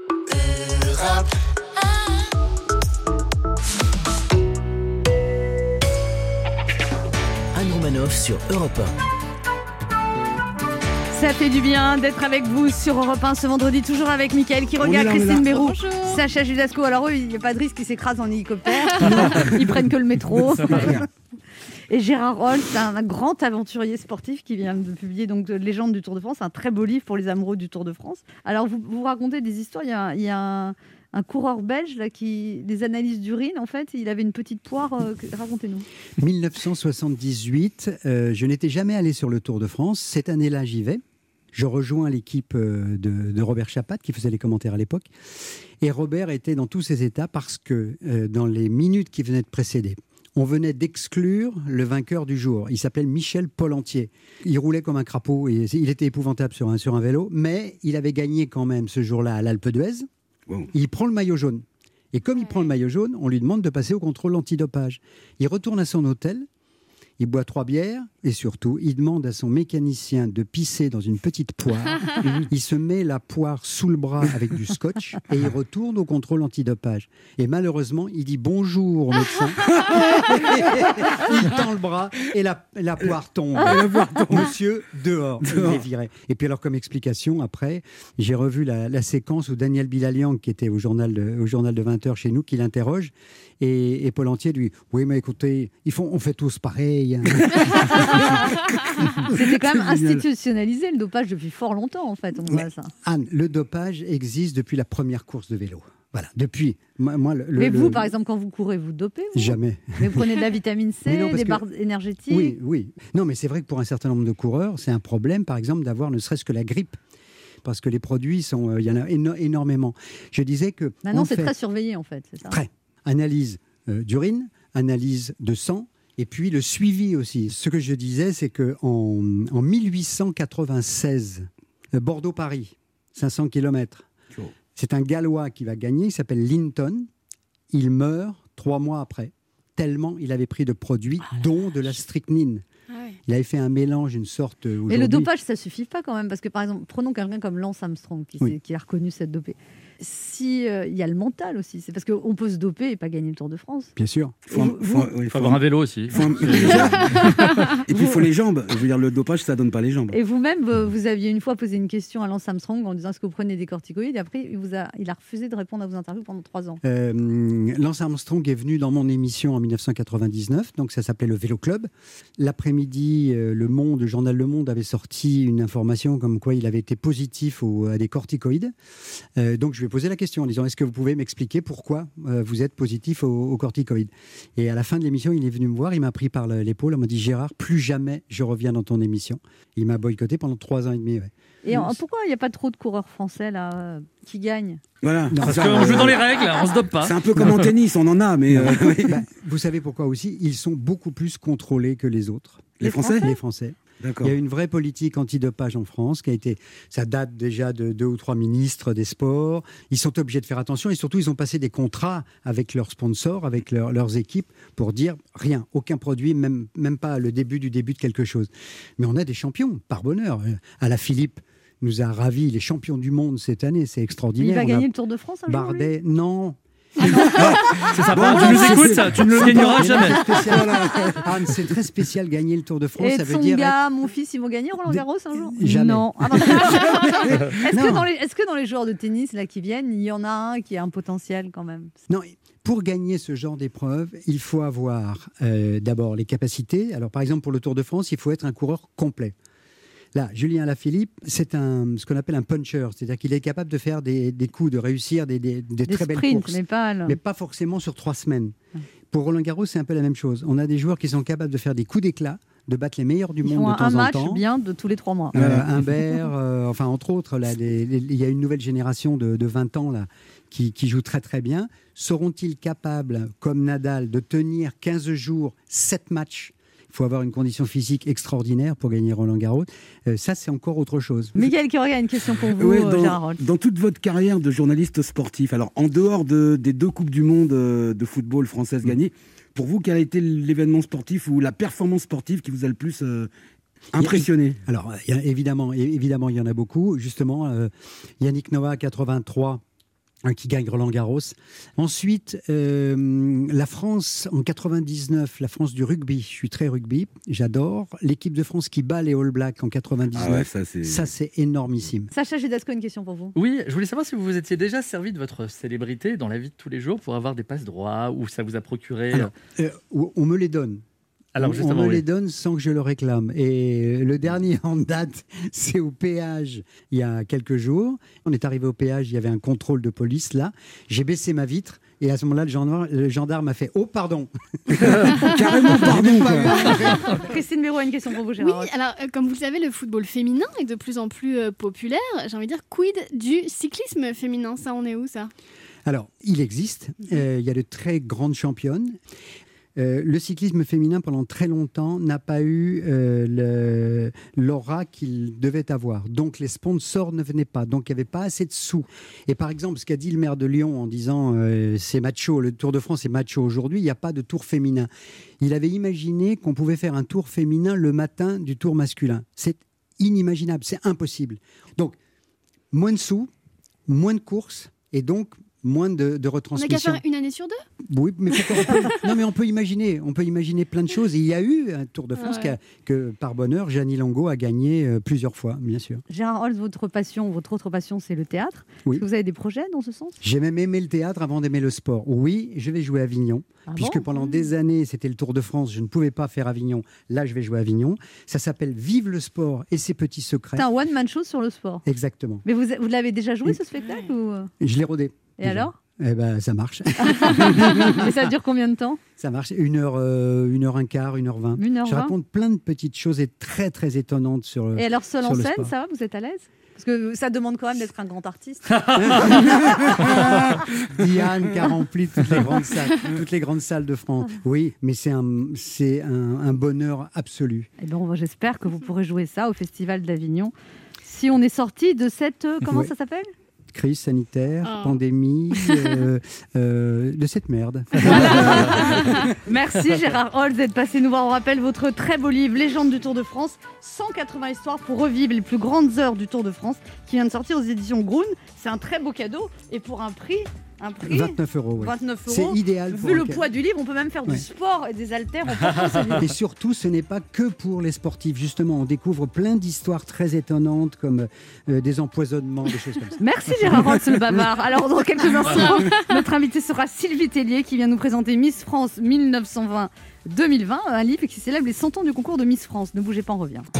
Anne Romanoff sur Europe 1. Ça fait du bien d'être avec vous sur Europe 1 ce vendredi, toujours avec Mickaël Quiroga, Christine Béroux, Sacha Judasco. Alors eux, il n'y a pas de risque qu'ils s'écrasent en hélicoptère. Ils prennent que le métro. Et Gérard Holz, c'est un grand aventurier sportif qui vient de publier donc Légende du Tour de France, un très beau livre pour les amoureux du Tour de France. Alors vous racontez des histoires, il y a un coureur belge là, des analyses d'urine, en fait, il avait une petite poire. Racontez-nous. 1978, je n'étais jamais allé sur le Tour de France. Cette année-là, j'y vais. Je rejoins l'équipe de Robert Chapat, qui faisait les commentaires à l'époque. Et Robert était dans tous ses états parce que dans les minutes qui venaient de précéder, on venait d'exclure le vainqueur du jour. Il s'appelait Michel Pollentier. Il roulait comme un crapaud et il était épouvantable sur un vélo, mais il avait gagné quand même ce jour-là à l'Alpe d'Huez. Wow. Il prend le maillot jaune. Et comme il prend le maillot jaune, on lui demande de passer au contrôle antidopage. Il retourne à son hôtel, il boit 3 bières et surtout, il demande à son mécanicien de pisser dans une petite poire. Il se met la poire sous le bras avec du scotch et il retourne au contrôle antidopage. Et malheureusement, il dit bonjour au médecin. Il tend le bras et la poire tombe. Monsieur, dehors. Il est viré. Et puis alors, comme explication, après, j'ai revu la séquence où Daniel Bilalian, qui était au journal de 20h chez nous, qui l'interroge. Et Pollentier lui, oui, mais écoutez, on fait tous pareil. C'était quand même institutionnalisé le dopage depuis fort longtemps, en fait. On voit ça. Anne, le dopage existe depuis la première course de vélo. Voilà, depuis. Mais vous, par exemple, quand vous courez, vous dopez Jamais. Mais vous prenez de la vitamine C, des barres énergétiques. Oui. Non, mais c'est vrai que pour un certain nombre de coureurs, c'est un problème, par exemple, d'avoir ne serait-ce que la grippe. Parce que les produits, il y en a énormément. Je disais que... Maintenant, c'est très surveillé, en fait, c'est ça? Très. Analyse d'urine, analyse de sang, et puis le suivi aussi. Ce que je disais, c'est qu'en 1896, Bordeaux-Paris, 500 km, c'est un Gallois qui va gagner, il s'appelle Linton. Il meurt 3 mois après, tellement il avait pris de produits, dont de la strychnine. Il avait fait un mélange, une sorte... Et le dopage, ça ne suffit pas quand même, parce que par exemple, prenons quelqu'un comme Lance Armstrong, qui a reconnu s'être dopé. Si, il y a le mental aussi, c'est parce qu'on peut se doper et pas gagner le Tour de France. Bien sûr. Il faut avoir un vélo aussi. Et puis il faut les jambes. Je veux dire, le dopage, ça donne pas les jambes. Et vous-même, vous aviez une fois posé une question à Lance Armstrong en disant est-ce que vous prenez des corticoïdes, et après il a refusé de répondre à vos interviews pendant 3 ans. Lance Armstrong est venu dans mon émission en 1999, donc ça s'appelait le Vélo Club. L'après-midi, le journal Le Monde avait sorti une information comme quoi il avait été positif à des corticoïdes. Donc je lui ai posé la question en disant est-ce que vous pouvez m'expliquer pourquoi vous êtes positif aux corticoïdes. Et à la fin de l'émission, il est venu me voir, il m'a pris par l'épaule, il m'a dit Gérard, plus jamais je reviens dans ton émission. Il m'a boycotté pendant 3 ans et demi. Ouais. Et pourquoi il n'y a pas trop de coureurs français là qui gagnent? Voilà. Parce qu'on joue dans les règles, on se dope pas. C'est un peu comme en tennis, on en a, mais... vous savez pourquoi aussi? Ils sont beaucoup plus contrôlés que les autres. Les Français? Les Français. D'accord. Il y a une vraie politique antidopage en France ça date déjà de 2 ou 3 ministres des sports. Ils sont obligés de faire attention et surtout ils ont passé des contrats avec leurs sponsors, avec leurs équipes pour dire rien, aucun produit, même pas le début de quelque chose. Mais on a des champions, par bonheur. Alaphilippe nous a ravis, les champions du monde cette année, c'est extraordinaire. Mais il va gagner le Tour de France un jour, Bardet, non. C'est sympa, tu nous écoutes, tu ne le gagneras jamais. Anne, c'est très spécial gagner le Tour de France. Et ça veut dire mon fils, ils vont gagner Roland Garros un jour? Jamais. Non. Est-ce que dans les joueurs de tennis là, qui viennent, il y en a un qui a un potentiel quand même? Non, pour gagner ce genre d'épreuve, il faut avoir d'abord les capacités. Alors par exemple, pour le Tour de France, il faut être un coureur complet. Là, Julien Alaphilippe, c'est ce qu'on appelle un puncher, c'est-à-dire qu'il est capable de faire des coups, de réussir des très belles courses, mais pas forcément sur 3 semaines. Pour Roland Garros, c'est un peu la même chose. On a des joueurs qui sont capables de faire des coups d'éclat, de battre les meilleurs du monde de temps en temps. Un match bien de tous les 3 mois. Humbert, enfin entre autres, il y a une nouvelle génération de 20 ans là, qui joue très très bien. Seront-ils capables, comme Nadal, de tenir 15 jours, 7 matchs ? Il faut avoir une condition physique extraordinaire pour gagner Roland-Garros. Ça, c'est encore autre chose. Mickaël Quiroga a une question pour vous, Gérard Rolls. Dans toute votre carrière de journaliste sportif, alors en dehors des 2 Coupes du Monde de football françaises gagnées, pour vous, quel a été l'événement sportif ou la performance sportive qui vous a le plus impressionné ? Alors, évidemment, il y en a beaucoup. Justement, Yannick Noah, 83, qui gagne Roland-Garros. Ensuite, la France en 99, la France du rugby. Je suis très rugby, j'adore. L'équipe de France qui bat les All Blacks en 99. Ça, c'est énormement. Sacha Judasco, une question pour vous. Oui, je voulais savoir si vous vous étiez déjà servi de votre célébrité dans la vie de tous les jours pour avoir des passe droits ou ça vous a procuré... Alors, on me les donne. On me les donne sans que je le réclame. Et le dernier en date, c'est au péage, il y a quelques jours. On est arrivé au péage, il y avait un contrôle de police là. J'ai baissé ma vitre et à ce moment-là, le gendarme a fait « Oh, pardon !» Carrément pardon. Christine Béraud a une question pour vous, Gérard. Oui, alors comme vous le savez, le football féminin est de plus en plus populaire. J'ai envie de dire, quid du cyclisme féminin ? Ça, on est où, ça ? Alors, il existe. Il y a de très grandes championnes. Le cyclisme féminin, pendant très longtemps, n'a pas eu l'aura qu'il devait avoir. Donc, les sponsors ne venaient pas. Donc, il n'y avait pas assez de sous. Et par exemple, ce qu'a dit le maire de Lyon en disant c'est macho, le Tour de France est macho aujourd'hui, il n'y a pas de tour féminin. Il avait imaginé qu'on pouvait faire un tour féminin le matin du tour masculin. C'est inimaginable, c'est impossible. Donc, moins de sous, moins de courses et donc moins de retransmission. On n'a qu'à faire une année sur 2 ? Oui, mais non, mais on peut imaginer plein de choses. Et il y a eu un Tour de France que, par bonheur, Jeannie Longo a gagné plusieurs fois, bien sûr. Gérard Rolls, votre autre passion, c'est le théâtre. Oui. Est-ce que vous avez des projets dans ce sens ? J'ai même aimé le théâtre avant d'aimer le sport. Oui, je vais jouer à Avignon, puisque pendant des années, c'était le Tour de France. Je ne pouvais pas faire Avignon. Là, je vais jouer à Avignon. Ça s'appelle Vive le sport et ses petits secrets. C'est un one-man show sur le sport. Exactement. Mais vous l'avez déjà joué, ce spectacle ou... Je l'ai rodé. Et déjà. Alors ? Eh ben, ça marche. Et ça dure combien de temps ? Ça marche 1h15, 1h20. Je raconte plein de petites choses et très très étonnantes sur le. Et alors seul en scène, sport. ça va ? Vous êtes à l'aise ? Parce que ça demande quand même d'être un grand artiste. Diane qui a rempli toutes les grandes salles de France. Oui, mais c'est un bonheur absolu. Et ben, j'espère que vous pourrez jouer ça au Festival d'Avignon. Si on est sorti de cette... comment ça s'appelle ? Crise sanitaire, pandémie, de cette merde. Merci Gérard Rolls d'être passé nous voir. On rappelle votre très beau livre Légende du Tour de France, 180 histoires pour revivre les plus grandes heures du Tour de France, qui vient de sortir aux éditions Grün. C'est un très beau cadeau et pour un prix 29 €. Ouais. 29 €. C'est idéal. Vu le poids du livre, on peut même faire du sport et des haltères en portant ce livre. Et surtout, ce n'est pas que pour les sportifs. Justement, on découvre plein d'histoires très étonnantes comme des empoisonnements, des choses comme ça. Merci Gérard Rolls, le bavard. Alors, dans quelques instants, notre invité sera Sylvie Tellier qui vient nous présenter Miss France 1920-2020, un livre qui célèbre les 100 ans du concours de Miss France. Ne bougez pas, on revient.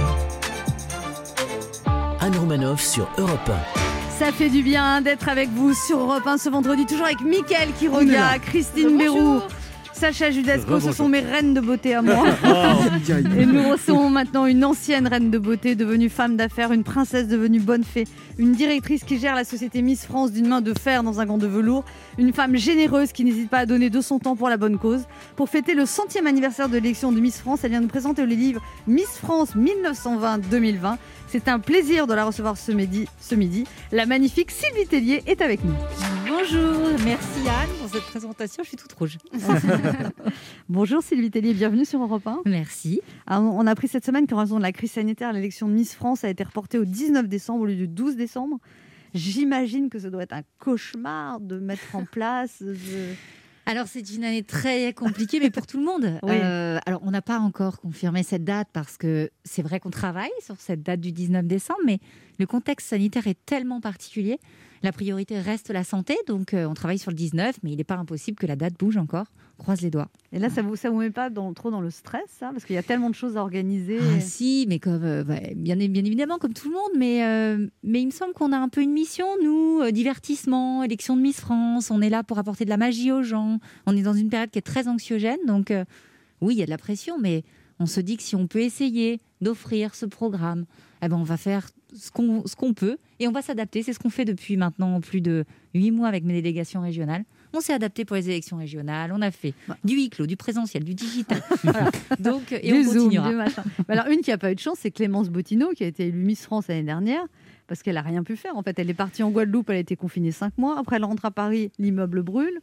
Anne Romanoff sur Europe 1. Ça fait du bien d'être avec vous sur Europe 1 ce vendredi, toujours avec Mickaël Quiroga, Christine Béroud, Sacha Judasco, ce sont mes reines de beauté à moi. Et nous recevons maintenant une ancienne reine de beauté, devenue femme d'affaires, une princesse devenue bonne fée, une directrice qui gère la société Miss France d'une main de fer dans un gant de velours, une femme généreuse qui n'hésite pas à donner de son temps pour la bonne cause. Pour fêter le 100e anniversaire de l'élection de Miss France, elle vient nous présenter le livre Miss France 1920-2020. C'est un plaisir de la recevoir ce midi. La magnifique Sylvie Tellier est avec nous. Bonjour, merci Anne pour cette présentation, je suis toute rouge. Bonjour Sylvie Tellier, bienvenue sur Europe 1. Merci. Alors, on a appris cette semaine qu'en raison de la crise sanitaire, l'élection de Miss France a été reportée au 19 décembre au lieu du 12 décembre. J'imagine que ça doit être un cauchemar de mettre en place... Alors, c'est une année très compliquée, mais pour tout le monde. Oui. Alors, on n'a pas encore confirmé cette date parce que c'est vrai qu'on travaille sur cette date du 19 décembre, mais Le contexte sanitaire est tellement particulier. La priorité reste la santé, donc on travaille sur le 19, mais il n'est pas impossible que la date bouge encore. Croise les doigts. Et là, ça vous met pas trop dans le stress, ça, parce qu'il y a tellement de choses à organiser. Ah si, mais comme bien évidemment comme tout le monde, mais il me semble qu'on a un peu une mission, nous, divertissement, élection de Miss France. On est là pour apporter de la magie aux gens. On est dans une période qui est très anxiogène, donc oui, il y a de la pression, mais on se dit que si on peut essayer d'offrir ce programme, eh ben on va faire ce qu'on peut et on va s'adapter. C'est ce qu'on fait depuis maintenant plus de 8 mois avec mes délégations régionales. On s'est adapté pour les élections régionales. On a fait du huis clos, du présentiel, du digital. Voilà. Donc, et on continuera. Zoom, alors, une qui n'a pas eu de chance, c'est Clémence Bottineau, qui a été élue Miss France l'année dernière, parce qu'elle n'a rien pu faire. En fait, elle est partie en Guadeloupe, elle a été confinée 5 mois. Après, elle rentre à Paris, l'immeuble brûle.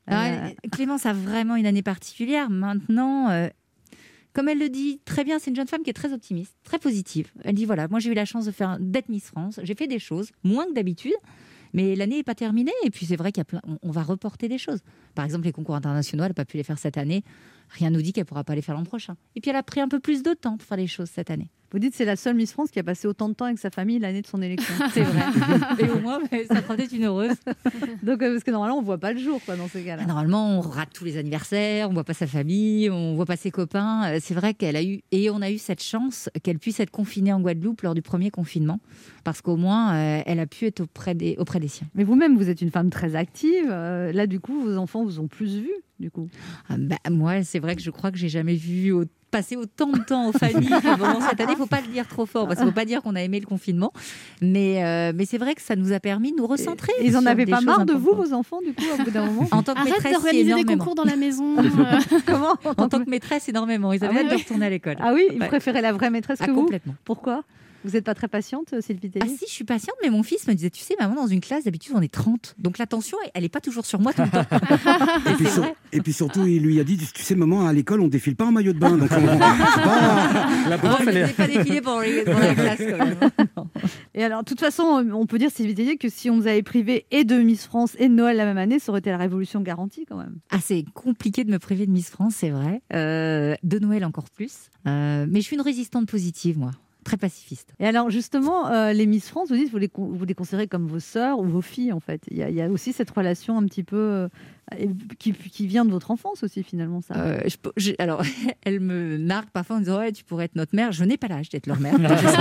Clémence a vraiment une année particulière. Maintenant, comme elle le dit très bien, c'est une jeune femme qui est très optimiste, très positive. Elle dit voilà, moi j'ai eu la chance d'être Miss France. J'ai fait des choses, moins que d'habitude. Mais l'année n'est pas terminée. Et puis, c'est vrai qu'on va reporter des choses. Par exemple, les concours internationaux, elle n'a pas pu les faire cette année. Rien ne nous dit qu'elle ne pourra pas les faire l'an prochain. Et puis, elle a pris un peu plus de temps pour faire les choses cette année. Vous dites que c'est la seule Miss France qui a passé autant de temps avec sa famille l'année de son élection. C'est vrai. Et au moins, ça fera peut-être une heureuse. Donc, parce que normalement, on ne voit pas le jour dans ces cas-là. Normalement, on rate tous les anniversaires, on ne voit pas sa famille, on ne voit pas ses copains. C'est vrai on a eu cette chance qu'elle puisse être confinée en Guadeloupe lors du premier confinement. Parce qu'au moins, elle a pu être auprès des siens. Mais vous-même, vous êtes une femme très active. Là, du coup, vos enfants vous ont plus vu, du coup. Moi, c'est vrai que je crois que j'ai jamais vu passer autant de temps en famille que pendant cette année. Il ne faut pas le dire trop fort, parce qu'il ne faut pas dire qu'on a aimé le confinement. Mais c'est vrai que ça nous a permis de nous recentrer. Ils n'en avaient pas marre de vous, vos enfants, du coup, au bout d'un moment? En tant que maîtresse, arrête d'organiser des concours dans la maison. Comment? En tant que maîtresse, énormément. Ils avaient hâte de retourner à l'école. Ah oui, ils préféraient la vraie maîtresse que vous? Complètement. Pourquoi? Vous n'êtes pas très patiente, Sylvie Tellier? Si, je suis patiente, mais mon fils me disait, tu sais, maman, dans une classe, d'habitude, on est 30. Donc l'attention, elle n'est pas toujours sur moi tout le temps. Et puis surtout, il lui a dit, tu sais, maman, à l'école, on ne défile pas en maillot de bain. Donc la prof, elle n'est pas défilée pendant la classe, quand même. Et alors, de toute façon, on peut dire, Sylvie Tellier, que si on vous avait privé et de Miss France et de Noël la même année, ça aurait été la révolution garantie, quand même. Ah, c'est compliqué de me priver de Miss France, c'est vrai. De Noël encore plus. Mais je suis une résistante positive, moi. Très pacifiste. Et alors justement, les Miss France, vous dites, vous les considérez comme vos sœurs ou vos filles en fait. Il y a aussi cette relation un petit peu qui vient de votre enfance aussi finalement. Ça. Alors, elle me nargue parfois en disant ouais, tu pourrais être notre mère. Je n'ai pas l'âge d'être leur mère.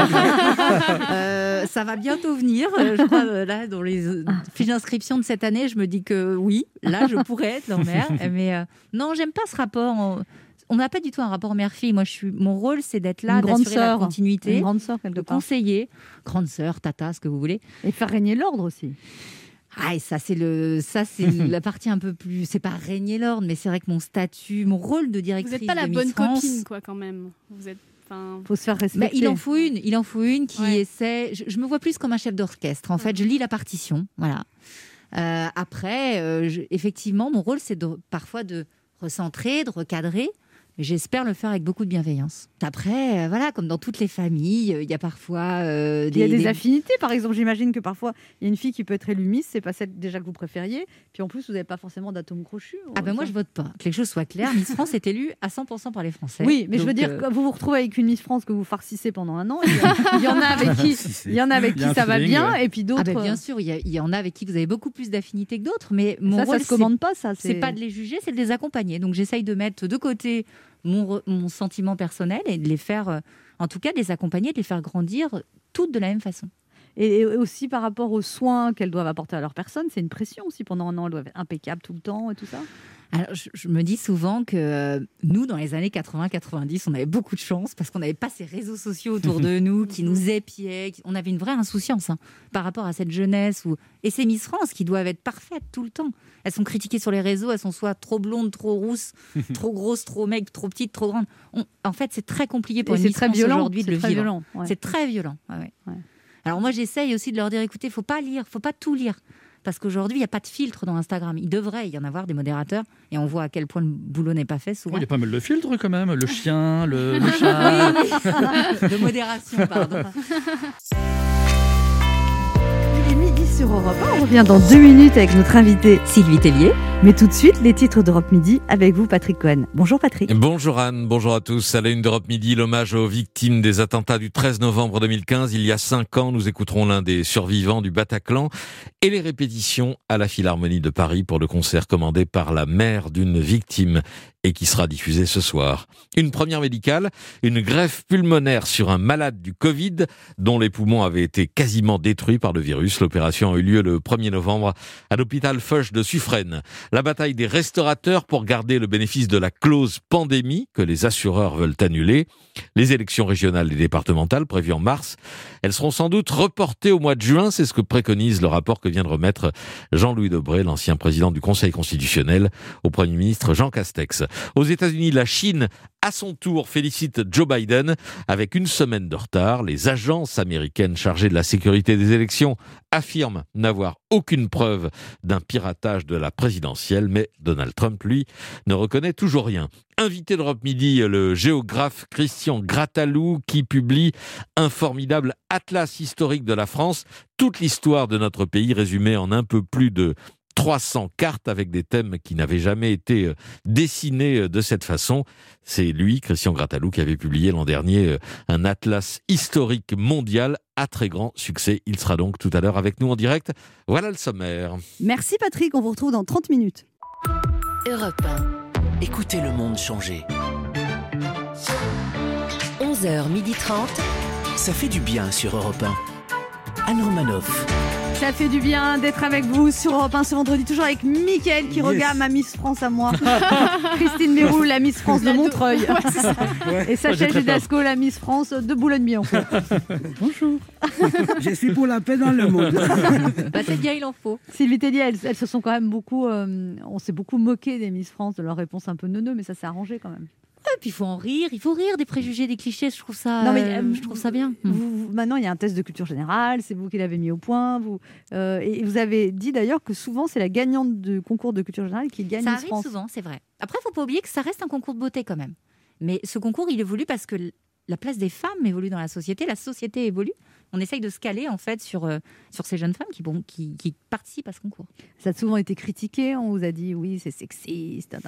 Ça va bientôt venir. Je crois là dans les fiches d'inscription de cette année, je me dis que oui, là je pourrais être leur mère. Mais non, j'aime pas ce rapport. On n'a pas du tout un rapport mère-fille. Moi, mon rôle, c'est d'être là, d'assurer la continuité, une grande sœur, de conseiller, grande sœur, tata, ce que vous voulez, et faire régner l'ordre aussi. Ah, et ça c'est la partie un peu plus. C'est pas régner l'ordre, mais c'est vrai que mon statut, mon rôle de directrice. Vous n'êtes pas la bonne copine, quoi, quand même. Vous êtes. Faut se faire respecter. Il en faut une qui essaie. Je me vois plus comme un chef d'orchestre. En fait, je lis la partition. Voilà. Après, effectivement, mon rôle, c'est parfois de recentrer, de recadrer. J'espère le faire avec beaucoup de bienveillance. Après, voilà, comme dans toutes les familles, il y a parfois... il y a des affinités, par exemple. J'imagine que parfois, il y a une fille qui peut être élue Miss, c'est pas celle déjà que vous préfériez. Puis en plus, vous n'avez pas forcément d'atome crochu. Moi, je vote pas. Que les choses soient claires. Miss France est élue à 100% par les Français. Oui, mais je veux dire, quand vous vous retrouvez avec une Miss France que vous farcissez pendant un an, il y en a avec qui ça va bien, et puis d'autres... bien sûr, il y en a avec qui vous avez beaucoup plus d'affinité que d'autres, mais mon rôle, ça se commande pas, ça. C'est pas de les juger, c'est de les accompagner. Donc j'essaye de mettre de côté mon sentiment personnel et de les faire, en tout cas, de les accompagner, de les faire grandir toutes de la même façon. Et aussi par rapport aux soins qu'elles doivent apporter à leur personne, c'est une pression aussi. Pendant un an, elles doivent être impeccables tout le temps et tout ça. Alors, je me dis souvent que nous, dans les années 80-90, on avait beaucoup de chance parce qu'on n'avait pas ces réseaux sociaux autour de nous qui nous épiaient. On avait une vraie insouciance par rapport à cette jeunesse. Et ces Miss France qui doivent être parfaites tout le temps. Elles sont critiquées sur les réseaux, elles sont soit trop blondes, trop rousses, trop grosses, trop maigres, trop petites, trop grandes. En fait, c'est très compliqué pour une Miss France aujourd'hui de le vivre. Violent, ouais. C'est très violent. Ouais. Alors moi, j'essaye aussi de leur dire, écoutez, il ne faut pas lire, il ne faut pas tout lire. Parce qu'aujourd'hui, il n'y a pas de filtre dans Instagram. Il devrait y en avoir des modérateurs. Et on voit à quel point le boulot n'est pas fait souvent. Il y a pas mal de filtres quand même. Le chien, le chat. De modération, pardon. Il est midi sur Europe 1. On revient dans 2 minutes avec notre invitée Sylvie Tellier. Mais tout de suite, les titres d'Europe Midi avec vous, Patrick Cohen. Bonjour Patrick. Bonjour Anne, bonjour à tous. À la une d'Europe Midi, l'hommage aux victimes des attentats du 13 novembre 2015. Il y a 5 ans, nous écouterons l'un des survivants du Bataclan et les répétitions à la Philharmonie de Paris pour le concert commandé par la mère d'une victime et qui sera diffusé ce soir. Une première médicale, une greffe pulmonaire sur un malade du Covid dont les poumons avaient été quasiment détruits par le virus. L'opération a eu lieu le 1er novembre à l'hôpital Foch de Suffren. La bataille des restaurateurs pour garder le bénéfice de la clause pandémie que les assureurs veulent annuler. Les élections régionales et départementales prévues en mars, elles seront sans doute reportées au mois de juin. C'est ce que préconise le rapport que vient de remettre Jean-Louis Debré, l'ancien président du Conseil constitutionnel, au Premier ministre Jean Castex. Aux États-Unis, la Chine, à son tour, félicite Joe Biden avec une semaine de retard. Les agences américaines chargées de la sécurité des élections affirment n'avoir aucune preuve d'un piratage de la présidentielle, mais Donald Trump, lui, ne reconnaît toujours rien. Invité d'Europe Midi, le géographe Christian Grattalou, qui publie un formidable atlas historique de la France, toute l'histoire de notre pays résumée en un peu plus de 300 cartes avec des thèmes qui n'avaient jamais été dessinés de cette façon. C'est lui, Christian Grattalou, qui avait publié l'an dernier un atlas historique mondial à très grand succès. Il sera donc tout à l'heure avec nous en direct. Voilà le sommaire. Merci Patrick, on vous retrouve dans 30 minutes. Europe 1. Écoutez le monde changer. 11h30. Ça fait du bien sur Europe 1. Anne Romanoff. Ça fait du bien d'être avec vous sur Europe 1 ce vendredi, toujours avec Mickaël qui regarde ma Miss France à moi, Christine Béroux, la Miss France de Montreuil, et Sacha Judasco, la Miss France de Boulogne-Billancourt. Bonjour. Je suis pour la paix dans le monde. C'est bien, il en faut. Sylvie Tellier, elles se sont quand même beaucoup, on s'est beaucoup moqué des Miss France, de leurs réponses un peu neuneux, mais ça s'est arrangé quand même. Et puis il faut en rire, il faut rire des préjugés, des clichés, je trouve ça bien. Maintenant, il y a un test de culture générale, c'est vous qui l'avez mis au point. Et vous avez dit d'ailleurs que souvent, c'est la gagnante du concours de culture générale qui gagne Miss France. Ça arrive souvent, c'est vrai. Après, il ne faut pas oublier que ça reste un concours de beauté quand même. Mais ce concours, il évolue parce que la place des femmes évolue dans la société évolue. On essaye de se caler en fait sur ces jeunes femmes qui participent à ce concours. Ça a souvent été critiqué, on vous a dit oui, c'est sexiste.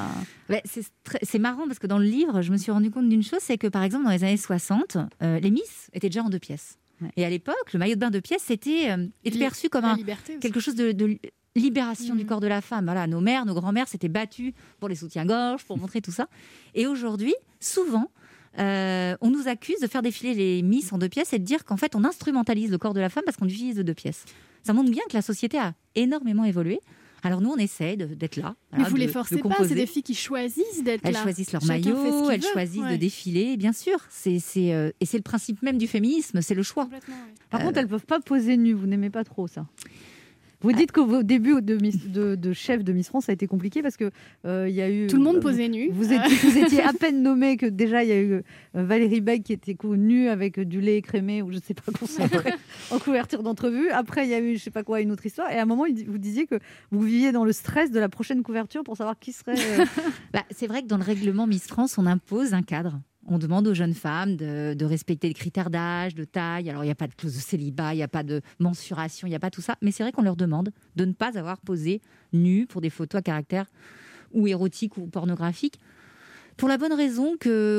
C'est marrant parce que dans le livre, je me suis rendu compte d'une chose, c'est que par exemple dans les années 60, les Miss étaient déjà en 2 pièces. Ouais. Et à l'époque, le maillot de bain 2 pièces était perçu comme quelque chose de libération du corps de la femme. Voilà, nos mères, nos grands-mères s'étaient battues pour les soutiens-gorge, pour montrer tout ça. Et aujourd'hui, souvent, on nous accuse de faire défiler les Miss en 2 pièces et de dire qu'en fait on instrumentalise le corps de la femme parce qu'on utilise 2 pièces. Ça montre bien que la société a énormément évolué. Alors nous on essaie d'être là. Mais vous les forcez pas, c'est des filles qui choisissent d'être là. Elles choisissent leur maillot, elles choisissent de défiler, bien sûr. Et c'est le principe même du féminisme, c'est le choix. Par contre elles peuvent pas poser nues, vous n'aimez pas trop ça. Vous dites que vos débuts de chef de Miss France, ça a été compliqué parce que y a eu... Tout le monde posait nu. Vous étiez à peine nommé que déjà il y a eu Valérie Beg qui était nue avec du lait écrémé ou je ne sais pas concentré en couverture d'entrevue. Après il y a eu je ne sais pas quoi, une autre histoire. Et à un moment vous disiez que vous viviez dans le stress de la prochaine couverture pour savoir qui serait... C'est vrai que dans le règlement Miss France, on impose un cadre. On demande aux jeunes femmes de respecter les critères d'âge, de taille. Alors, il n'y a pas de clause de célibat, il n'y a pas de mensuration, il n'y a pas tout ça. Mais c'est vrai qu'on leur demande de ne pas avoir posé nues pour des photos à caractère ou érotique ou pornographique. Pour la bonne raison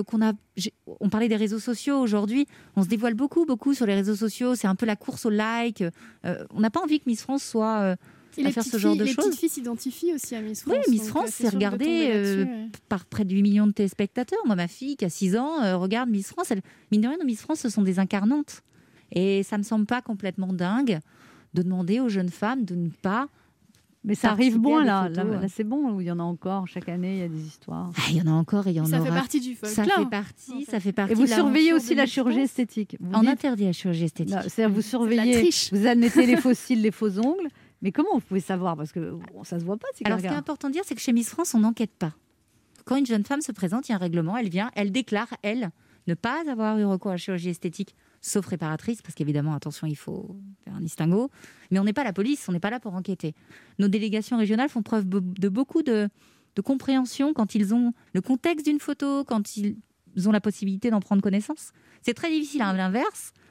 on parlait des réseaux sociaux aujourd'hui. On se dévoile beaucoup sur les réseaux sociaux. C'est un peu la course au like. On n'a pas envie que Miss France soit... Et faire ce genre de choses. Les petites filles s'identifient aussi à Miss France. Oui, Miss France, c'est regardé par près de 8 millions de téléspectateurs. Moi, ma fille, qui a 6 ans, regarde Miss France. Mine de rien, Miss France, ce sont des incarnantes. Et ça ne me semble pas complètement dingue de demander aux jeunes femmes de ne pas... Mais ça arrive moins, là c'est bon, où il y en a encore. Chaque année, il y a des histoires. Il y en a encore et il y en aura. Ça fait partie du folklore. Ça fait partie. Et vous surveillez aussi la chirurgie esthétique. On interdit la chirurgie esthétique. C'est-à-dire, vous surveillez, vous admettez les faux cils, les faux ongles. Mais comment vous pouvez savoir? Parce que ça ne se voit pas. Alors, ce qui est important de dire, c'est que chez Miss France, on n'enquête pas. Quand une jeune femme se présente, il y a un règlement, elle vient, elle déclare, ne pas avoir eu recours à la chirurgie esthétique, sauf réparatrice, parce qu'évidemment, attention, il faut faire un distinguo. Mais on n'est pas la police, on n'est pas là pour enquêter. Nos délégations régionales font preuve de beaucoup de compréhension quand ils ont le contexte d'une photo, quand ils ont la possibilité d'en prendre connaissance. C'est très difficile à l'inverse.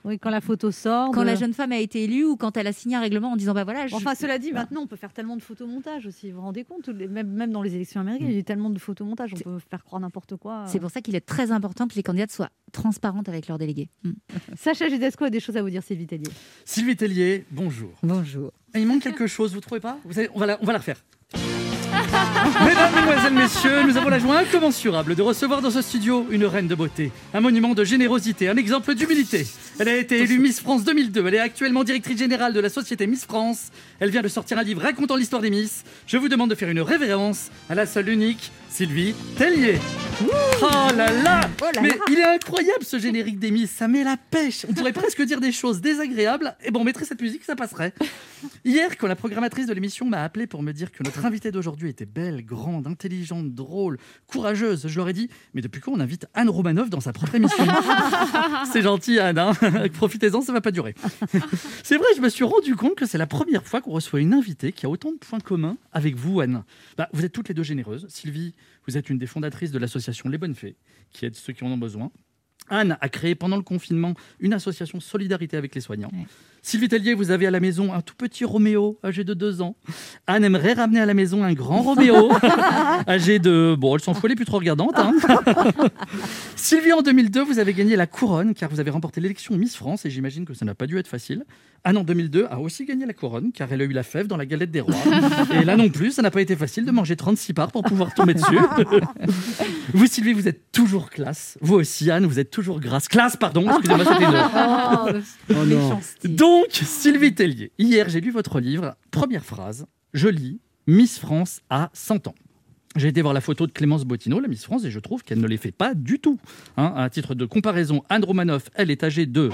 Oui, quand la photo sort. Quand la jeune femme a été élue ou quand elle a signé un règlement en disant voilà. Enfin, cela dit, maintenant on peut faire tellement de photomontage aussi. Vous vous rendez compte, même dans les élections américaines, il y a tellement de photomontage, on peut faire croire n'importe quoi. C'est pour ça qu'il est très important que les candidates soient transparentes avec leurs délégués. Sacha Judasco a des choses à vous dire, Sylvie Tellier. Sylvie Tellier, bonjour. Bonjour. Il manque quelque chose, vous trouvez pas? On va la refaire. Mesdames, mesdemoiselles, messieurs, nous avons la joie incommensurable de recevoir dans ce studio une reine de beauté, un monument de générosité, un exemple d'humilité. Elle a été élue Miss France 2002, elle est actuellement directrice générale de la société Miss France. Elle vient de sortir un livre racontant l'histoire des Miss. Je vous demande de faire une révérence à la seule unique Sylvie Tellier. Oh là là, mais il est incroyable ce générique des Miss, ça met la pêche. On pourrait presque dire des choses désagréables, et bon, on mettrait cette musique, ça passerait. Hier, quand la programmatrice de l'émission m'a appelé pour me dire que notre invitée d'aujourd'hui était belle, grande, intelligente, drôle, courageuse, je leur ai dit, mais depuis quand on invite Anne Romanoff dans sa propre émission? C'est gentil Anne, hein. Profitez-en, ça va pas durer. C'est vrai, je me suis rendu compte que c'est la première fois qu'on reçoit une invitée qui a autant de points communs avec vous, Anne. Vous êtes toutes les deux généreuses. Sylvie, vous êtes une des fondatrices de l'association Les Bonnes Fées, qui aide ceux qui en ont besoin. Anne a créé pendant le confinement une association Solidarité avec les soignants. Ouais. Sylvie Tellier, vous avez à la maison un tout petit Roméo âgé de 2 ans. Anne aimerait ramener à la maison un grand Roméo âgé de... Bon, elle s'en fout, elle est plus trop regardante. Hein. Sylvie, en 2002, vous avez gagné la couronne car vous avez remporté l'élection Miss France et j'imagine que ça n'a pas dû être facile. Anne, en 2002, a aussi gagné la couronne car elle a eu la fève dans la galette des rois. Et là non plus, ça n'a pas été facile de manger 36 parts pour pouvoir tomber dessus. Vous, Sylvie, vous êtes toujours classe. Vous aussi, Anne, vous êtes toujours grasse. Classe, pardon, excusez-moi, c'était une... non. Donc, Sylvie Tellier, hier, j'ai lu votre livre. Première phrase, je lis « Miss France a 100 ans ». J'ai été voir la photo de Clémence Bottineau, la Miss France, et je trouve qu'elle ne les fait pas du tout. Hein, à titre de comparaison, Anne Romanoff, elle est âgée de...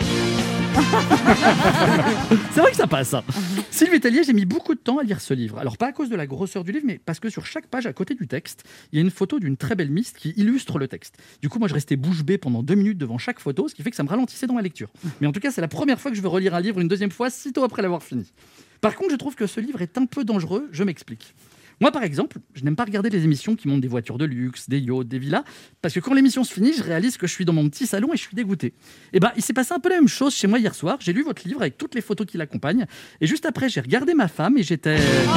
C'est vrai que ça passe. Hein. Sylvie Tellier, j'ai mis beaucoup de temps à lire ce livre. Alors pas à cause de la grosseur du livre, mais parce que sur chaque page à côté du texte, il y a une photo d'une très belle Miss qui illustre le texte. Du coup, moi, je restais bouche bée pendant 2 minutes devant chaque photo, ce qui fait que ça me ralentissait dans ma lecture. Mais en tout cas, c'est la première fois que je veux relire un livre une deuxième fois, sitôt après l'avoir fini. Par contre, je trouve que ce livre est un peu dangereux. Je m'explique. Moi, par exemple, je n'aime pas regarder les émissions qui montrent des voitures de luxe, des yachts, des villas, parce que quand l'émission se finit, je réalise que je suis dans mon petit salon et je suis dégoûté. Et il s'est passé un peu la même chose chez moi hier soir. J'ai lu votre livre avec toutes les photos qui l'accompagnent, et juste après, j'ai regardé ma femme et j'étais...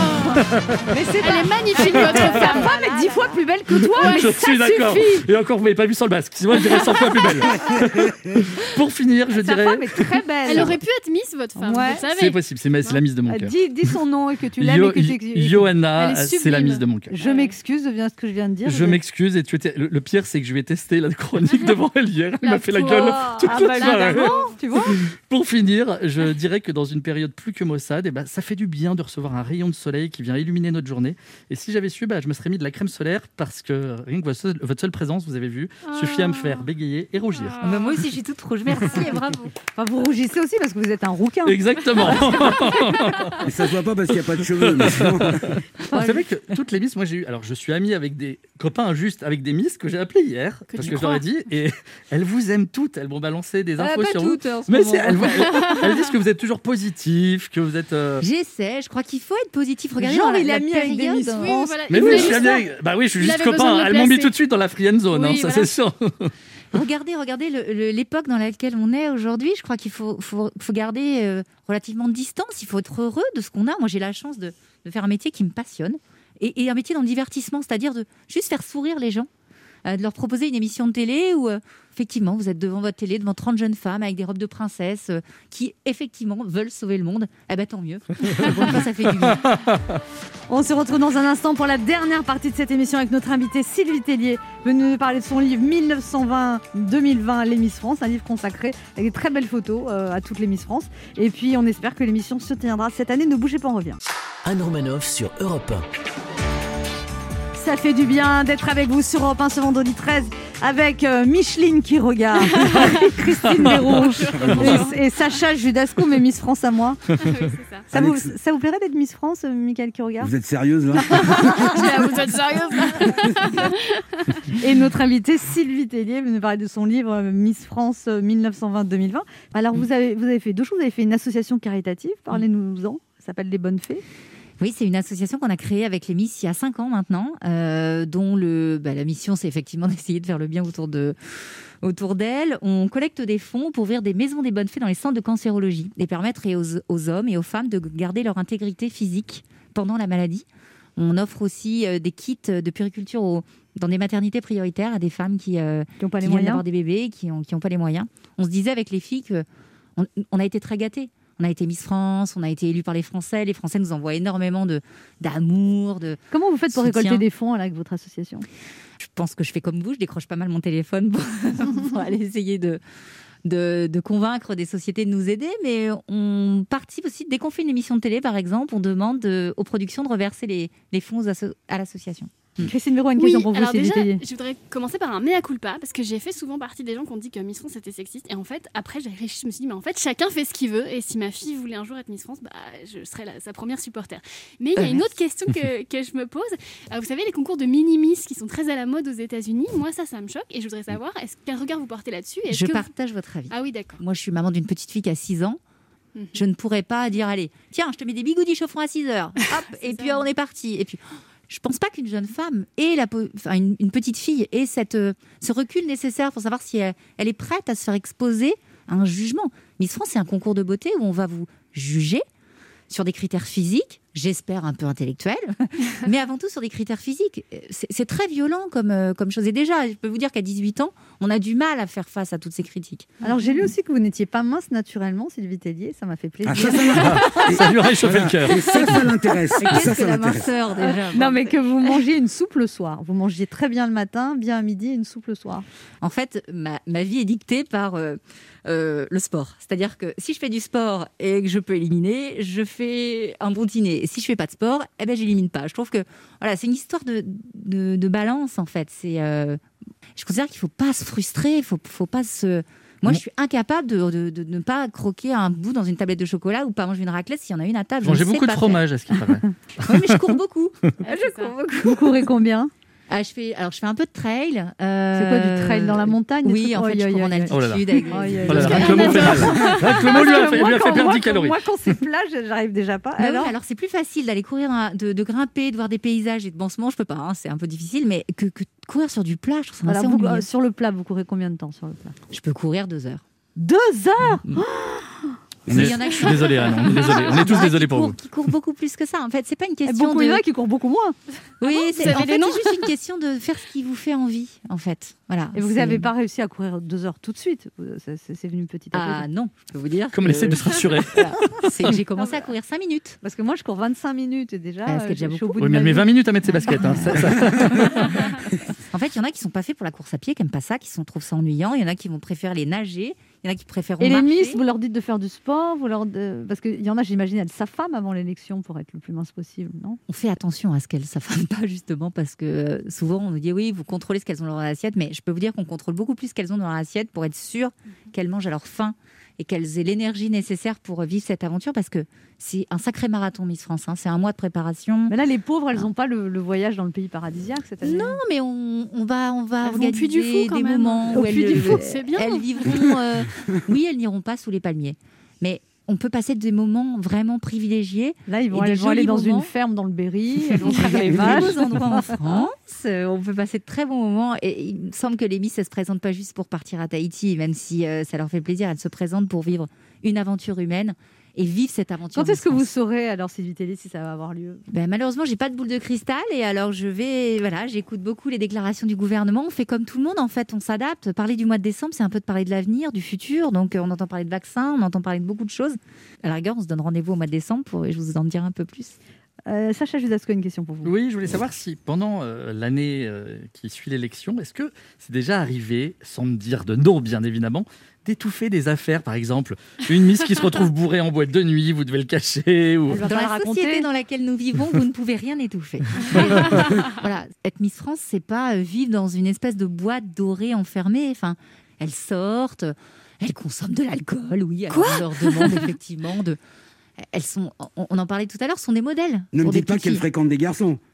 Mais elle est magnifique, votre femme. Ta femme est 10 fois plus belle que toi, mais je suis d'accord. Et encore, vous m'avez pas vu sans le masque. Sinon, je dirais 100 fois plus belle. Pour finir, je dirais... Ta femme est très belle. Elle aurait pu être Miss, votre femme, ouais. vous savez. C'est possible, c'est la Miss de mon cœur. Dis son nom et que tu l'aimes et que tu... Johanna, c'est la Miss de mon cœur. Je m'excuse de bien ce que je viens de dire. Je m'excuse et le pire c'est que je vais tester la chronique devant elle hier. Elle m'a fait la gueule toute la soirée. Tu vois. Pour finir, je dirais que dans une période plus que maussade, ça fait du bien de recevoir un rayon de soleil qui vient illuminer notre journée. Et si j'avais su, je me serais mis de la crème solaire parce que rien que votre seule présence, vous avez vu, suffit à me faire bégayer et rougir. Moi aussi, je suis toute rouge. Merci et bravo. Enfin, vous rougissez aussi parce que vous êtes un rouquin. Exactement. Et ça se voit pas parce qu'il n'y a pas de cheveux. Vous savez que toutes les Miss, moi je suis ami avec des copains injustes, avec des Miss que j'ai appelés hier, parce que je leur ai dit, et elles vous aiment toutes, elles vont balancer des infos sur vous. Mais elles disent que vous êtes toujours positif, que vous êtes... J'essaie, je crois qu'il faut être positif. Regardez, genre, il a mis avec des Miss France. Mais oui, je suis ami avec... je suis juste copain. Elles m'ont mis tout de suite dans la friend zone, ça c'est sûr. Regardez l'époque dans laquelle on est aujourd'hui. Je crois qu'il faut garder relativement de distance. Il faut être heureux de ce qu'on a. Moi, j'ai la chance de faire un métier qui me passionne. Et un métier dans le divertissement, c'est-à-dire de juste faire sourire les gens, de leur proposer une émission de télé où, effectivement, vous êtes devant votre télé, devant 30 jeunes femmes avec des robes de princesse qui, effectivement, veulent sauver le monde. Tant mieux. Ça fait du bien. On se retrouve dans un instant pour la dernière partie de cette émission avec notre invitée Sylvie Tellier, venue nous parler de son livre 1920-2020, les Miss France, un livre consacré avec des très belles photos à toutes les Miss France. Et puis, on espère que l'émission se tiendra cette année. Ne bougez pas, on revient. Anne Romanoff sur Europe 1. Ça fait du bien d'être avec vous sur Europe 1 ce vendredi 13 avec Micheline qui regarde, Christine Béroux et Sacha Judasco, mais Miss France à moi. Oui, c'est ça. Ça vous plairait d'être Miss France, Mickaël qui regarde? Vous êtes sérieuse là? Vous êtes sérieuse là? Et notre invitée Sylvie Tellier veut nous parler de son livre Miss France 1920-2020. Alors vous avez fait 2 choses. Vous avez fait une association caritative, parlez-nous-en, ça s'appelle Les Bonnes Fées. Oui, c'est une association qu'on a créée avec les Miss il y a 5 ans maintenant, dont la mission, c'est effectivement d'essayer de faire le bien autour de autour d'elle. On collecte des fonds pour ouvrir des maisons des bonnes fées dans les centres de cancérologie et permettre aux hommes et aux femmes de garder leur intégrité physique pendant la maladie. On offre aussi des kits de puériculture dans des maternités prioritaires à des femmes qui n'ont pas les viennent moyens d'avoir des bébés, qui n'ont pas les moyens. On se disait avec les filles qu'on a été très gâtés. On a été Miss France, on a été élus par les Français. Les Français nous envoient énormément d'amour, de Comment vous faites pour soutien. récolter des fonds avec votre association? Je pense que je fais comme vous, je décroche pas mal mon téléphone pour aller essayer de convaincre des sociétés de nous aider. Mais on participe aussi, dès qu'on fait une émission de télé, par exemple, on demande aux productions de reverser les fonds à l'association. Christine Béraud, une question pour vous. Alors déjà, Tellier. je voudrais commencer par un mea culpa, parce que j'ai fait souvent partie des gens qui ont dit que Miss France était sexiste. Et en fait, après, j'ai réfléchi, je me suis dit, mais en fait, chacun fait ce qu'il veut. Et si ma fille voulait un jour être Miss France, je serais sa première supporter. Mais il y a une autre question que je me pose. Vous savez, les concours de mini-miss qui sont très à la mode aux États-Unis, moi, ça me choque. Et je voudrais savoir, quel regard vous portez là-dessus? Je partage votre avis. Ah oui, d'accord. Moi, je suis maman d'une petite fille qui a 6 ans. Je ne pourrais pas dire, allez, tiens, je te mets des bigoudis chauffants à 6 heures. Hop, et puis on est parti. Et puis, je pense pas qu'une jeune femme ait une petite fille ait ce recul nécessaire pour savoir si elle est prête à se faire exposer à un jugement. Miss France, c'est un concours de beauté où on va vous juger sur des critères physiques, j'espère un peu intellectuels, mais avant tout sur des critères physiques. C'est très violent comme chose. Et déjà, je peux vous dire qu'à 18 ans, on a du mal à faire face à toutes ces critiques. Alors, j'ai lu aussi que vous n'étiez pas mince naturellement, Sylvie Tellier. Ça m'a fait plaisir. Ça lui a réchauffé le cœur. Et ça l'intéresse. Qu'est-ce que la minceur, déjà? Non, mais que vous mangiez une soupe le soir. Vous mangiez très bien le matin, bien à midi, une soupe le soir. En fait, ma vie est dictée par le sport. C'est-à-dire que si je fais du sport et que je peux éliminer, je fais un bon dîner. Et si je fais pas de sport, j'élimine pas. Je trouve que voilà, c'est une histoire de balance, en fait. Je considère qu'il faut pas se frustrer, il faut pas se... Moi, je suis incapable de ne pas croquer un bout dans une tablette de chocolat ou pas manger une raclette s'il y en a une à table. J'ai beaucoup de fromage, à ce qu'il paraît. Oui, mais je cours beaucoup. Vous courez combien? Je fais un peu de trail. C'est quoi, du trail dans la montagne? Oui, en fait, je cours en altitude. Oh là là. Avec... Le mot fait mal. Le mot lui a fait perdre 10 calories. Moi, quand c'est plat, j'arrive déjà pas. Alors c'est plus facile d'aller courir, de grimper, de voir des paysages et de ce moment, je peux pas. C'est un peu difficile, mais que courir sur du plat, je trouve ça assez ennuyeux. Sur le plat, vous courez combien de temps sur le plat? Je peux courir 2 heures. 2 heures? Je suis désolé, Anne, on est désolé. On est tous désolés pour vous. Qui courent beaucoup plus que ça. En fait, c'est pas une question Il y en a qui courent beaucoup moins. Oui, c'est juste une question de faire ce qui vous fait envie, en fait. Voilà. Et vous n'avez pas réussi à courir 2 heures tout de suite. C'est venu petit à petit. Ah non, je peux vous dire. Comme elle essaie de se rassurer. Voilà. C'est que j'ai commencé à courir 5 minutes. Parce que moi, je cours 25 minutes et déjà, je suis au bout de oui, mais elle met 20 minutes à mettre ses baskets. Hein. En fait, il y en a qui sont pas faits pour la course à pied, qui n'aiment pas ça, qui trouvent ça ennuyant. Il y en a qui vont préférer les nager. Il y en a qui préfèrent marcher. Et les Miss, vous leur dites de faire du sport, parce qu'il y en a, j'imagine, elles s'affament avant l'élection pour être le plus mince possible, non? On fait attention à ce qu'elles s'affament pas, justement, parce que souvent on nous dit oui, vous contrôlez ce qu'elles ont dans leur assiette, mais je peux vous dire qu'on contrôle beaucoup plus ce qu'elles ont dans leur assiette pour être sûr qu'elles mangent à leur faim et qu'elles aient l'énergie nécessaire pour vivre cette aventure, parce que c'est un sacré marathon, Miss France. C'est un mois de préparation. Mais là, les pauvres, elles n'ont pas le voyage dans le pays paradisiaque cette année. Non, mais on va organiser des moments où elles vivront. Oui, elles n'iront pas sous les palmiers, mais on peut passer des moments vraiment privilégiés. Là, ils vont aller dans une ferme dans le Berry. Elles vont faire les vaches. Des endroits en France. On peut passer de très bons moments. Et il me semble que les Miss, elles se présentent pas juste pour partir à Tahiti, même si ça leur fait plaisir. Elles se présentent pour vivre une aventure humaine et vivre cette aventure. Quand est-ce que vous saurez, alors, Sylvie Tellier, si ça va avoir lieu? Malheureusement, j'ai pas de boule de cristal, et alors j'écoute beaucoup les déclarations du gouvernement. On fait comme tout le monde, en fait, on s'adapte. Parler du mois de décembre, c'est un peu de parler de l'avenir, du futur. Donc, on entend parler de vaccins, on entend parler de beaucoup de choses. À la rigueur, on se donne rendez-vous au mois de décembre pour je vous en dire un peu plus. Sacha Judasco, une question pour vous. Oui, je voulais savoir si pendant l'année qui suit l'élection, est-ce que c'est déjà arrivé, sans me dire de non, bien évidemment, d'étouffer des affaires, par exemple, une Miss qui se retrouve bourrée en boîte de nuit, vous devez le cacher. Ou... Dans la société dans laquelle nous vivons, vous ne pouvez rien étouffer. Voilà, être Miss France, c'est pas vivre dans une espèce de boîte dorée enfermée. Enfin, elles sortent, elles consomment de l'alcool, oui. Alors on leur demande effectivement de... Elles sont, on en parlait tout à l'heure, sont des modèles. Ne me dites pas qu'elles fréquentent des garçons.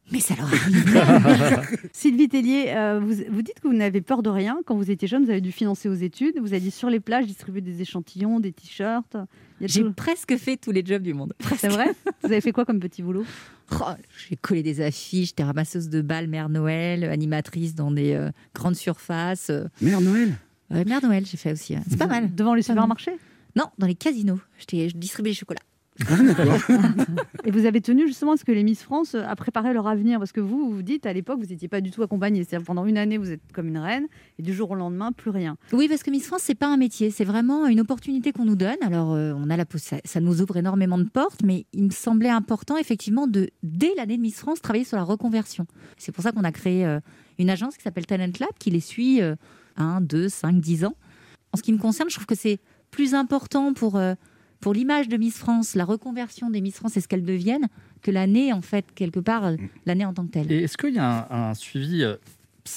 Mais ça leur arrive. Sylvie Tellier, vous dites que vous n'avez peur de rien. Quand vous étiez jeune, vous avez dû financer vos études. Vous avez dit sur les plages, distribuer des échantillons, des t-shirts. J'ai presque fait tous les jobs du monde. C'est vrai ? Vous avez fait quoi comme petit boulot ? J'ai collé des affiches, j'étais ramasseuse de balles, Mère Noël, animatrice dans des grandes surfaces. Mère Noël ? Mère Noël, j'ai fait aussi. C'est pas mal. Devant les supermarchés ? Non, dans les casinos. Je distribuais les chocolats. Ah, d'accord. Et vous avez tenu justement à ce que les Miss France a préparé leur avenir, parce que vous dites à l'époque vous n'étiez pas du tout accompagnée, c'est-à-dire pendant une année vous êtes comme une reine et du jour au lendemain plus rien. Oui, parce que Miss France c'est pas un métier, c'est vraiment une opportunité qu'on nous donne. Alors on a ça nous ouvre énormément de portes, mais il me semblait important effectivement dès l'année de Miss France travailler sur la reconversion. C'est pour ça qu'on a créé une agence qui s'appelle Talent Lab qui les suit 1, 2, 5, 10 ans. En ce qui me concerne, je trouve que c'est plus important pour l'image de Miss France, la reconversion des Miss France et ce qu'elles deviennent, que l'année, en fait, quelque part, l'année en tant que telle. Et est-ce qu'il y a un suivi psychologique ?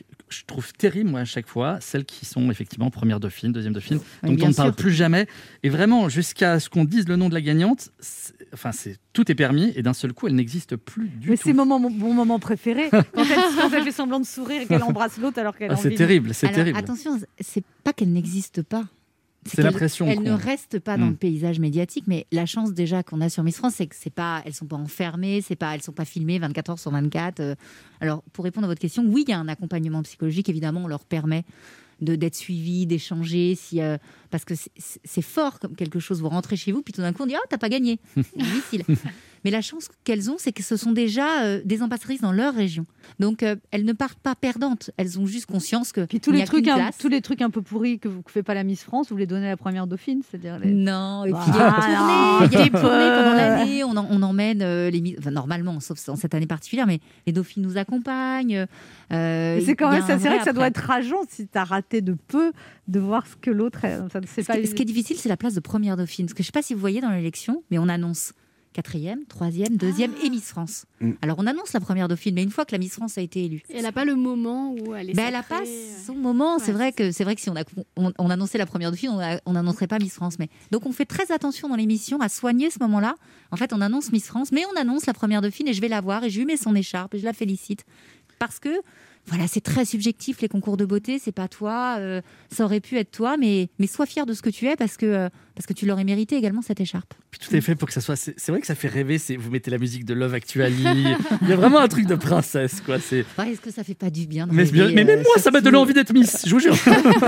Je trouve terrible, moi, à chaque fois, celles qui sont effectivement première dauphine, deuxième dauphine, dont on ne parle plus jamais. Et vraiment, jusqu'à ce qu'on dise le nom de la gagnante, tout est permis et d'un seul coup, elle n'existe plus du tout. Mais c'est mon moment préféré, quand elle fait semblant de sourire et qu'elle embrasse l'autre alors qu'elle a envie. C'est terrible, c'est terrible. Attention, c'est pas qu'elle n'existe pas. C'est l'impression. Elle ne reste pas dans le paysage médiatique, mais la chance déjà qu'on a sur Miss France, c'est que elles sont pas enfermées, elles sont pas filmées 24 heures sur 24. Alors, pour répondre à votre question, oui, il y a un accompagnement psychologique. Évidemment, on leur permet d'être suivis, d'échanger, parce que c'est fort comme quelque chose. Vous rentrez chez vous, puis tout d'un coup, on dit « Ah, t'as pas gagné !» C'est difficile. Mais la chance qu'elles ont, c'est que ce sont déjà des ambassadrices dans leur région. Donc, elles ne partent pas perdantes. Elles ont juste conscience que puis tous les trucs un peu pourris que fait pas la Miss France, vous les donnez à la première dauphine, c'est-à-dire Non, et puis il y a des tournées pendant l'année. On emmène normalement, sauf en cette année particulière, mais les dauphines nous accompagnent. C'est quand même, c'est vrai que ça doit être rageant si tu as raté de peu de voir ce que l'autre. Ce qui est difficile, c'est la place de première dauphine. Parce que je ne sais pas si vous voyez dans l'élection, mais on annonce 4e, 3e, 2e et Miss France. Alors on annonce la première dauphine, mais une fois que la Miss France a été élue. Et elle n'a pas le moment où elle est elle n'a pas son moment. Ouais, c'est vrai que si on annonçait la première dauphine, on n'annoncerait pas Miss France. Mais donc on fait très attention dans l'émission à soigner ce moment-là. En fait, on annonce Miss France, mais on annonce la première dauphine et je vais la voir et je lui mets son écharpe et je la félicite. Parce que voilà, c'est très subjectif les concours de beauté, c'est pas toi, ça aurait pu être toi, mais sois fier de ce que tu es parce que tu l'aurais mérité également cette écharpe. Puis tout est fait pour que ça soit. C'est vrai que ça fait rêver. Vous mettez la musique de Love Actually. Il y a vraiment un truc de princesse, quoi. Est-ce que ça fait pas du bien de mais même moi, ça m'a donné envie d'être Miss. Je vous jure.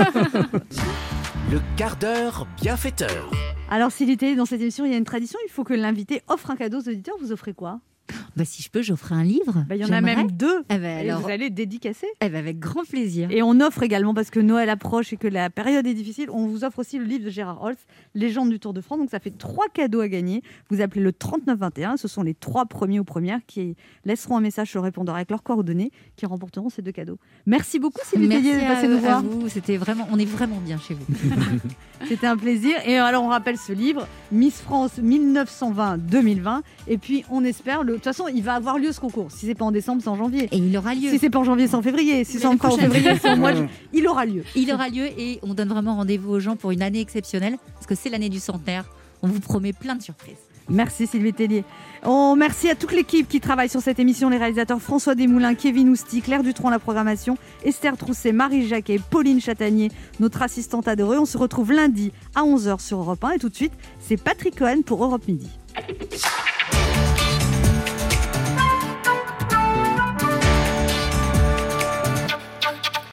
Le quart d'heure bienfaiteur. Alors, s'il était dans cette émission, il y a une tradition. Il faut que l'invité offre un cadeau aux auditeurs. Vous offrez quoi ? Si je peux, j'offre un livre. Il y en a même 2. Alors, vous allez dédicacer. Avec grand plaisir. Et on offre également, parce que Noël approche et que la période est difficile, on vous offre aussi le livre de Gérard Holtz, Légende du Tour de France. Donc ça fait 3 cadeaux à gagner. Vous appelez le 3921. Ce sont les 3 premiers ou premières qui laisseront un message sur le répondeur avec leurs coordonnées qui remporteront ces 2 cadeaux. Merci beaucoup Sylvie Tellier de passer nous voir. Vous. On est vraiment bien chez vous. C'était un plaisir. Et alors on rappelle ce livre, Miss France 1920-2020. Et puis on espère, de toute façon il va avoir lieu ce concours. Si c'est pas en décembre, c'est en janvier. Et il aura lieu. Si c'est pas en janvier, c'est en février. Si c'est encore en février, c'est en mois de... Il aura lieu. Il aura lieu et on donne vraiment rendez-vous aux gens pour une année exceptionnelle parce que c'est l'année du centenaire. On vous promet plein de surprises. Merci Sylvie Tellier. Merci à toute l'équipe qui travaille sur cette émission, les réalisateurs François Desmoulins, Kevin Ousti, Claire Dutronc la programmation, Esther Trousset, Marie Jacquet, Pauline Chatanier, notre assistante adorée. On se retrouve lundi à 11h sur Europe 1 et tout de suite, c'est Patrick Cohen pour Europe Midi.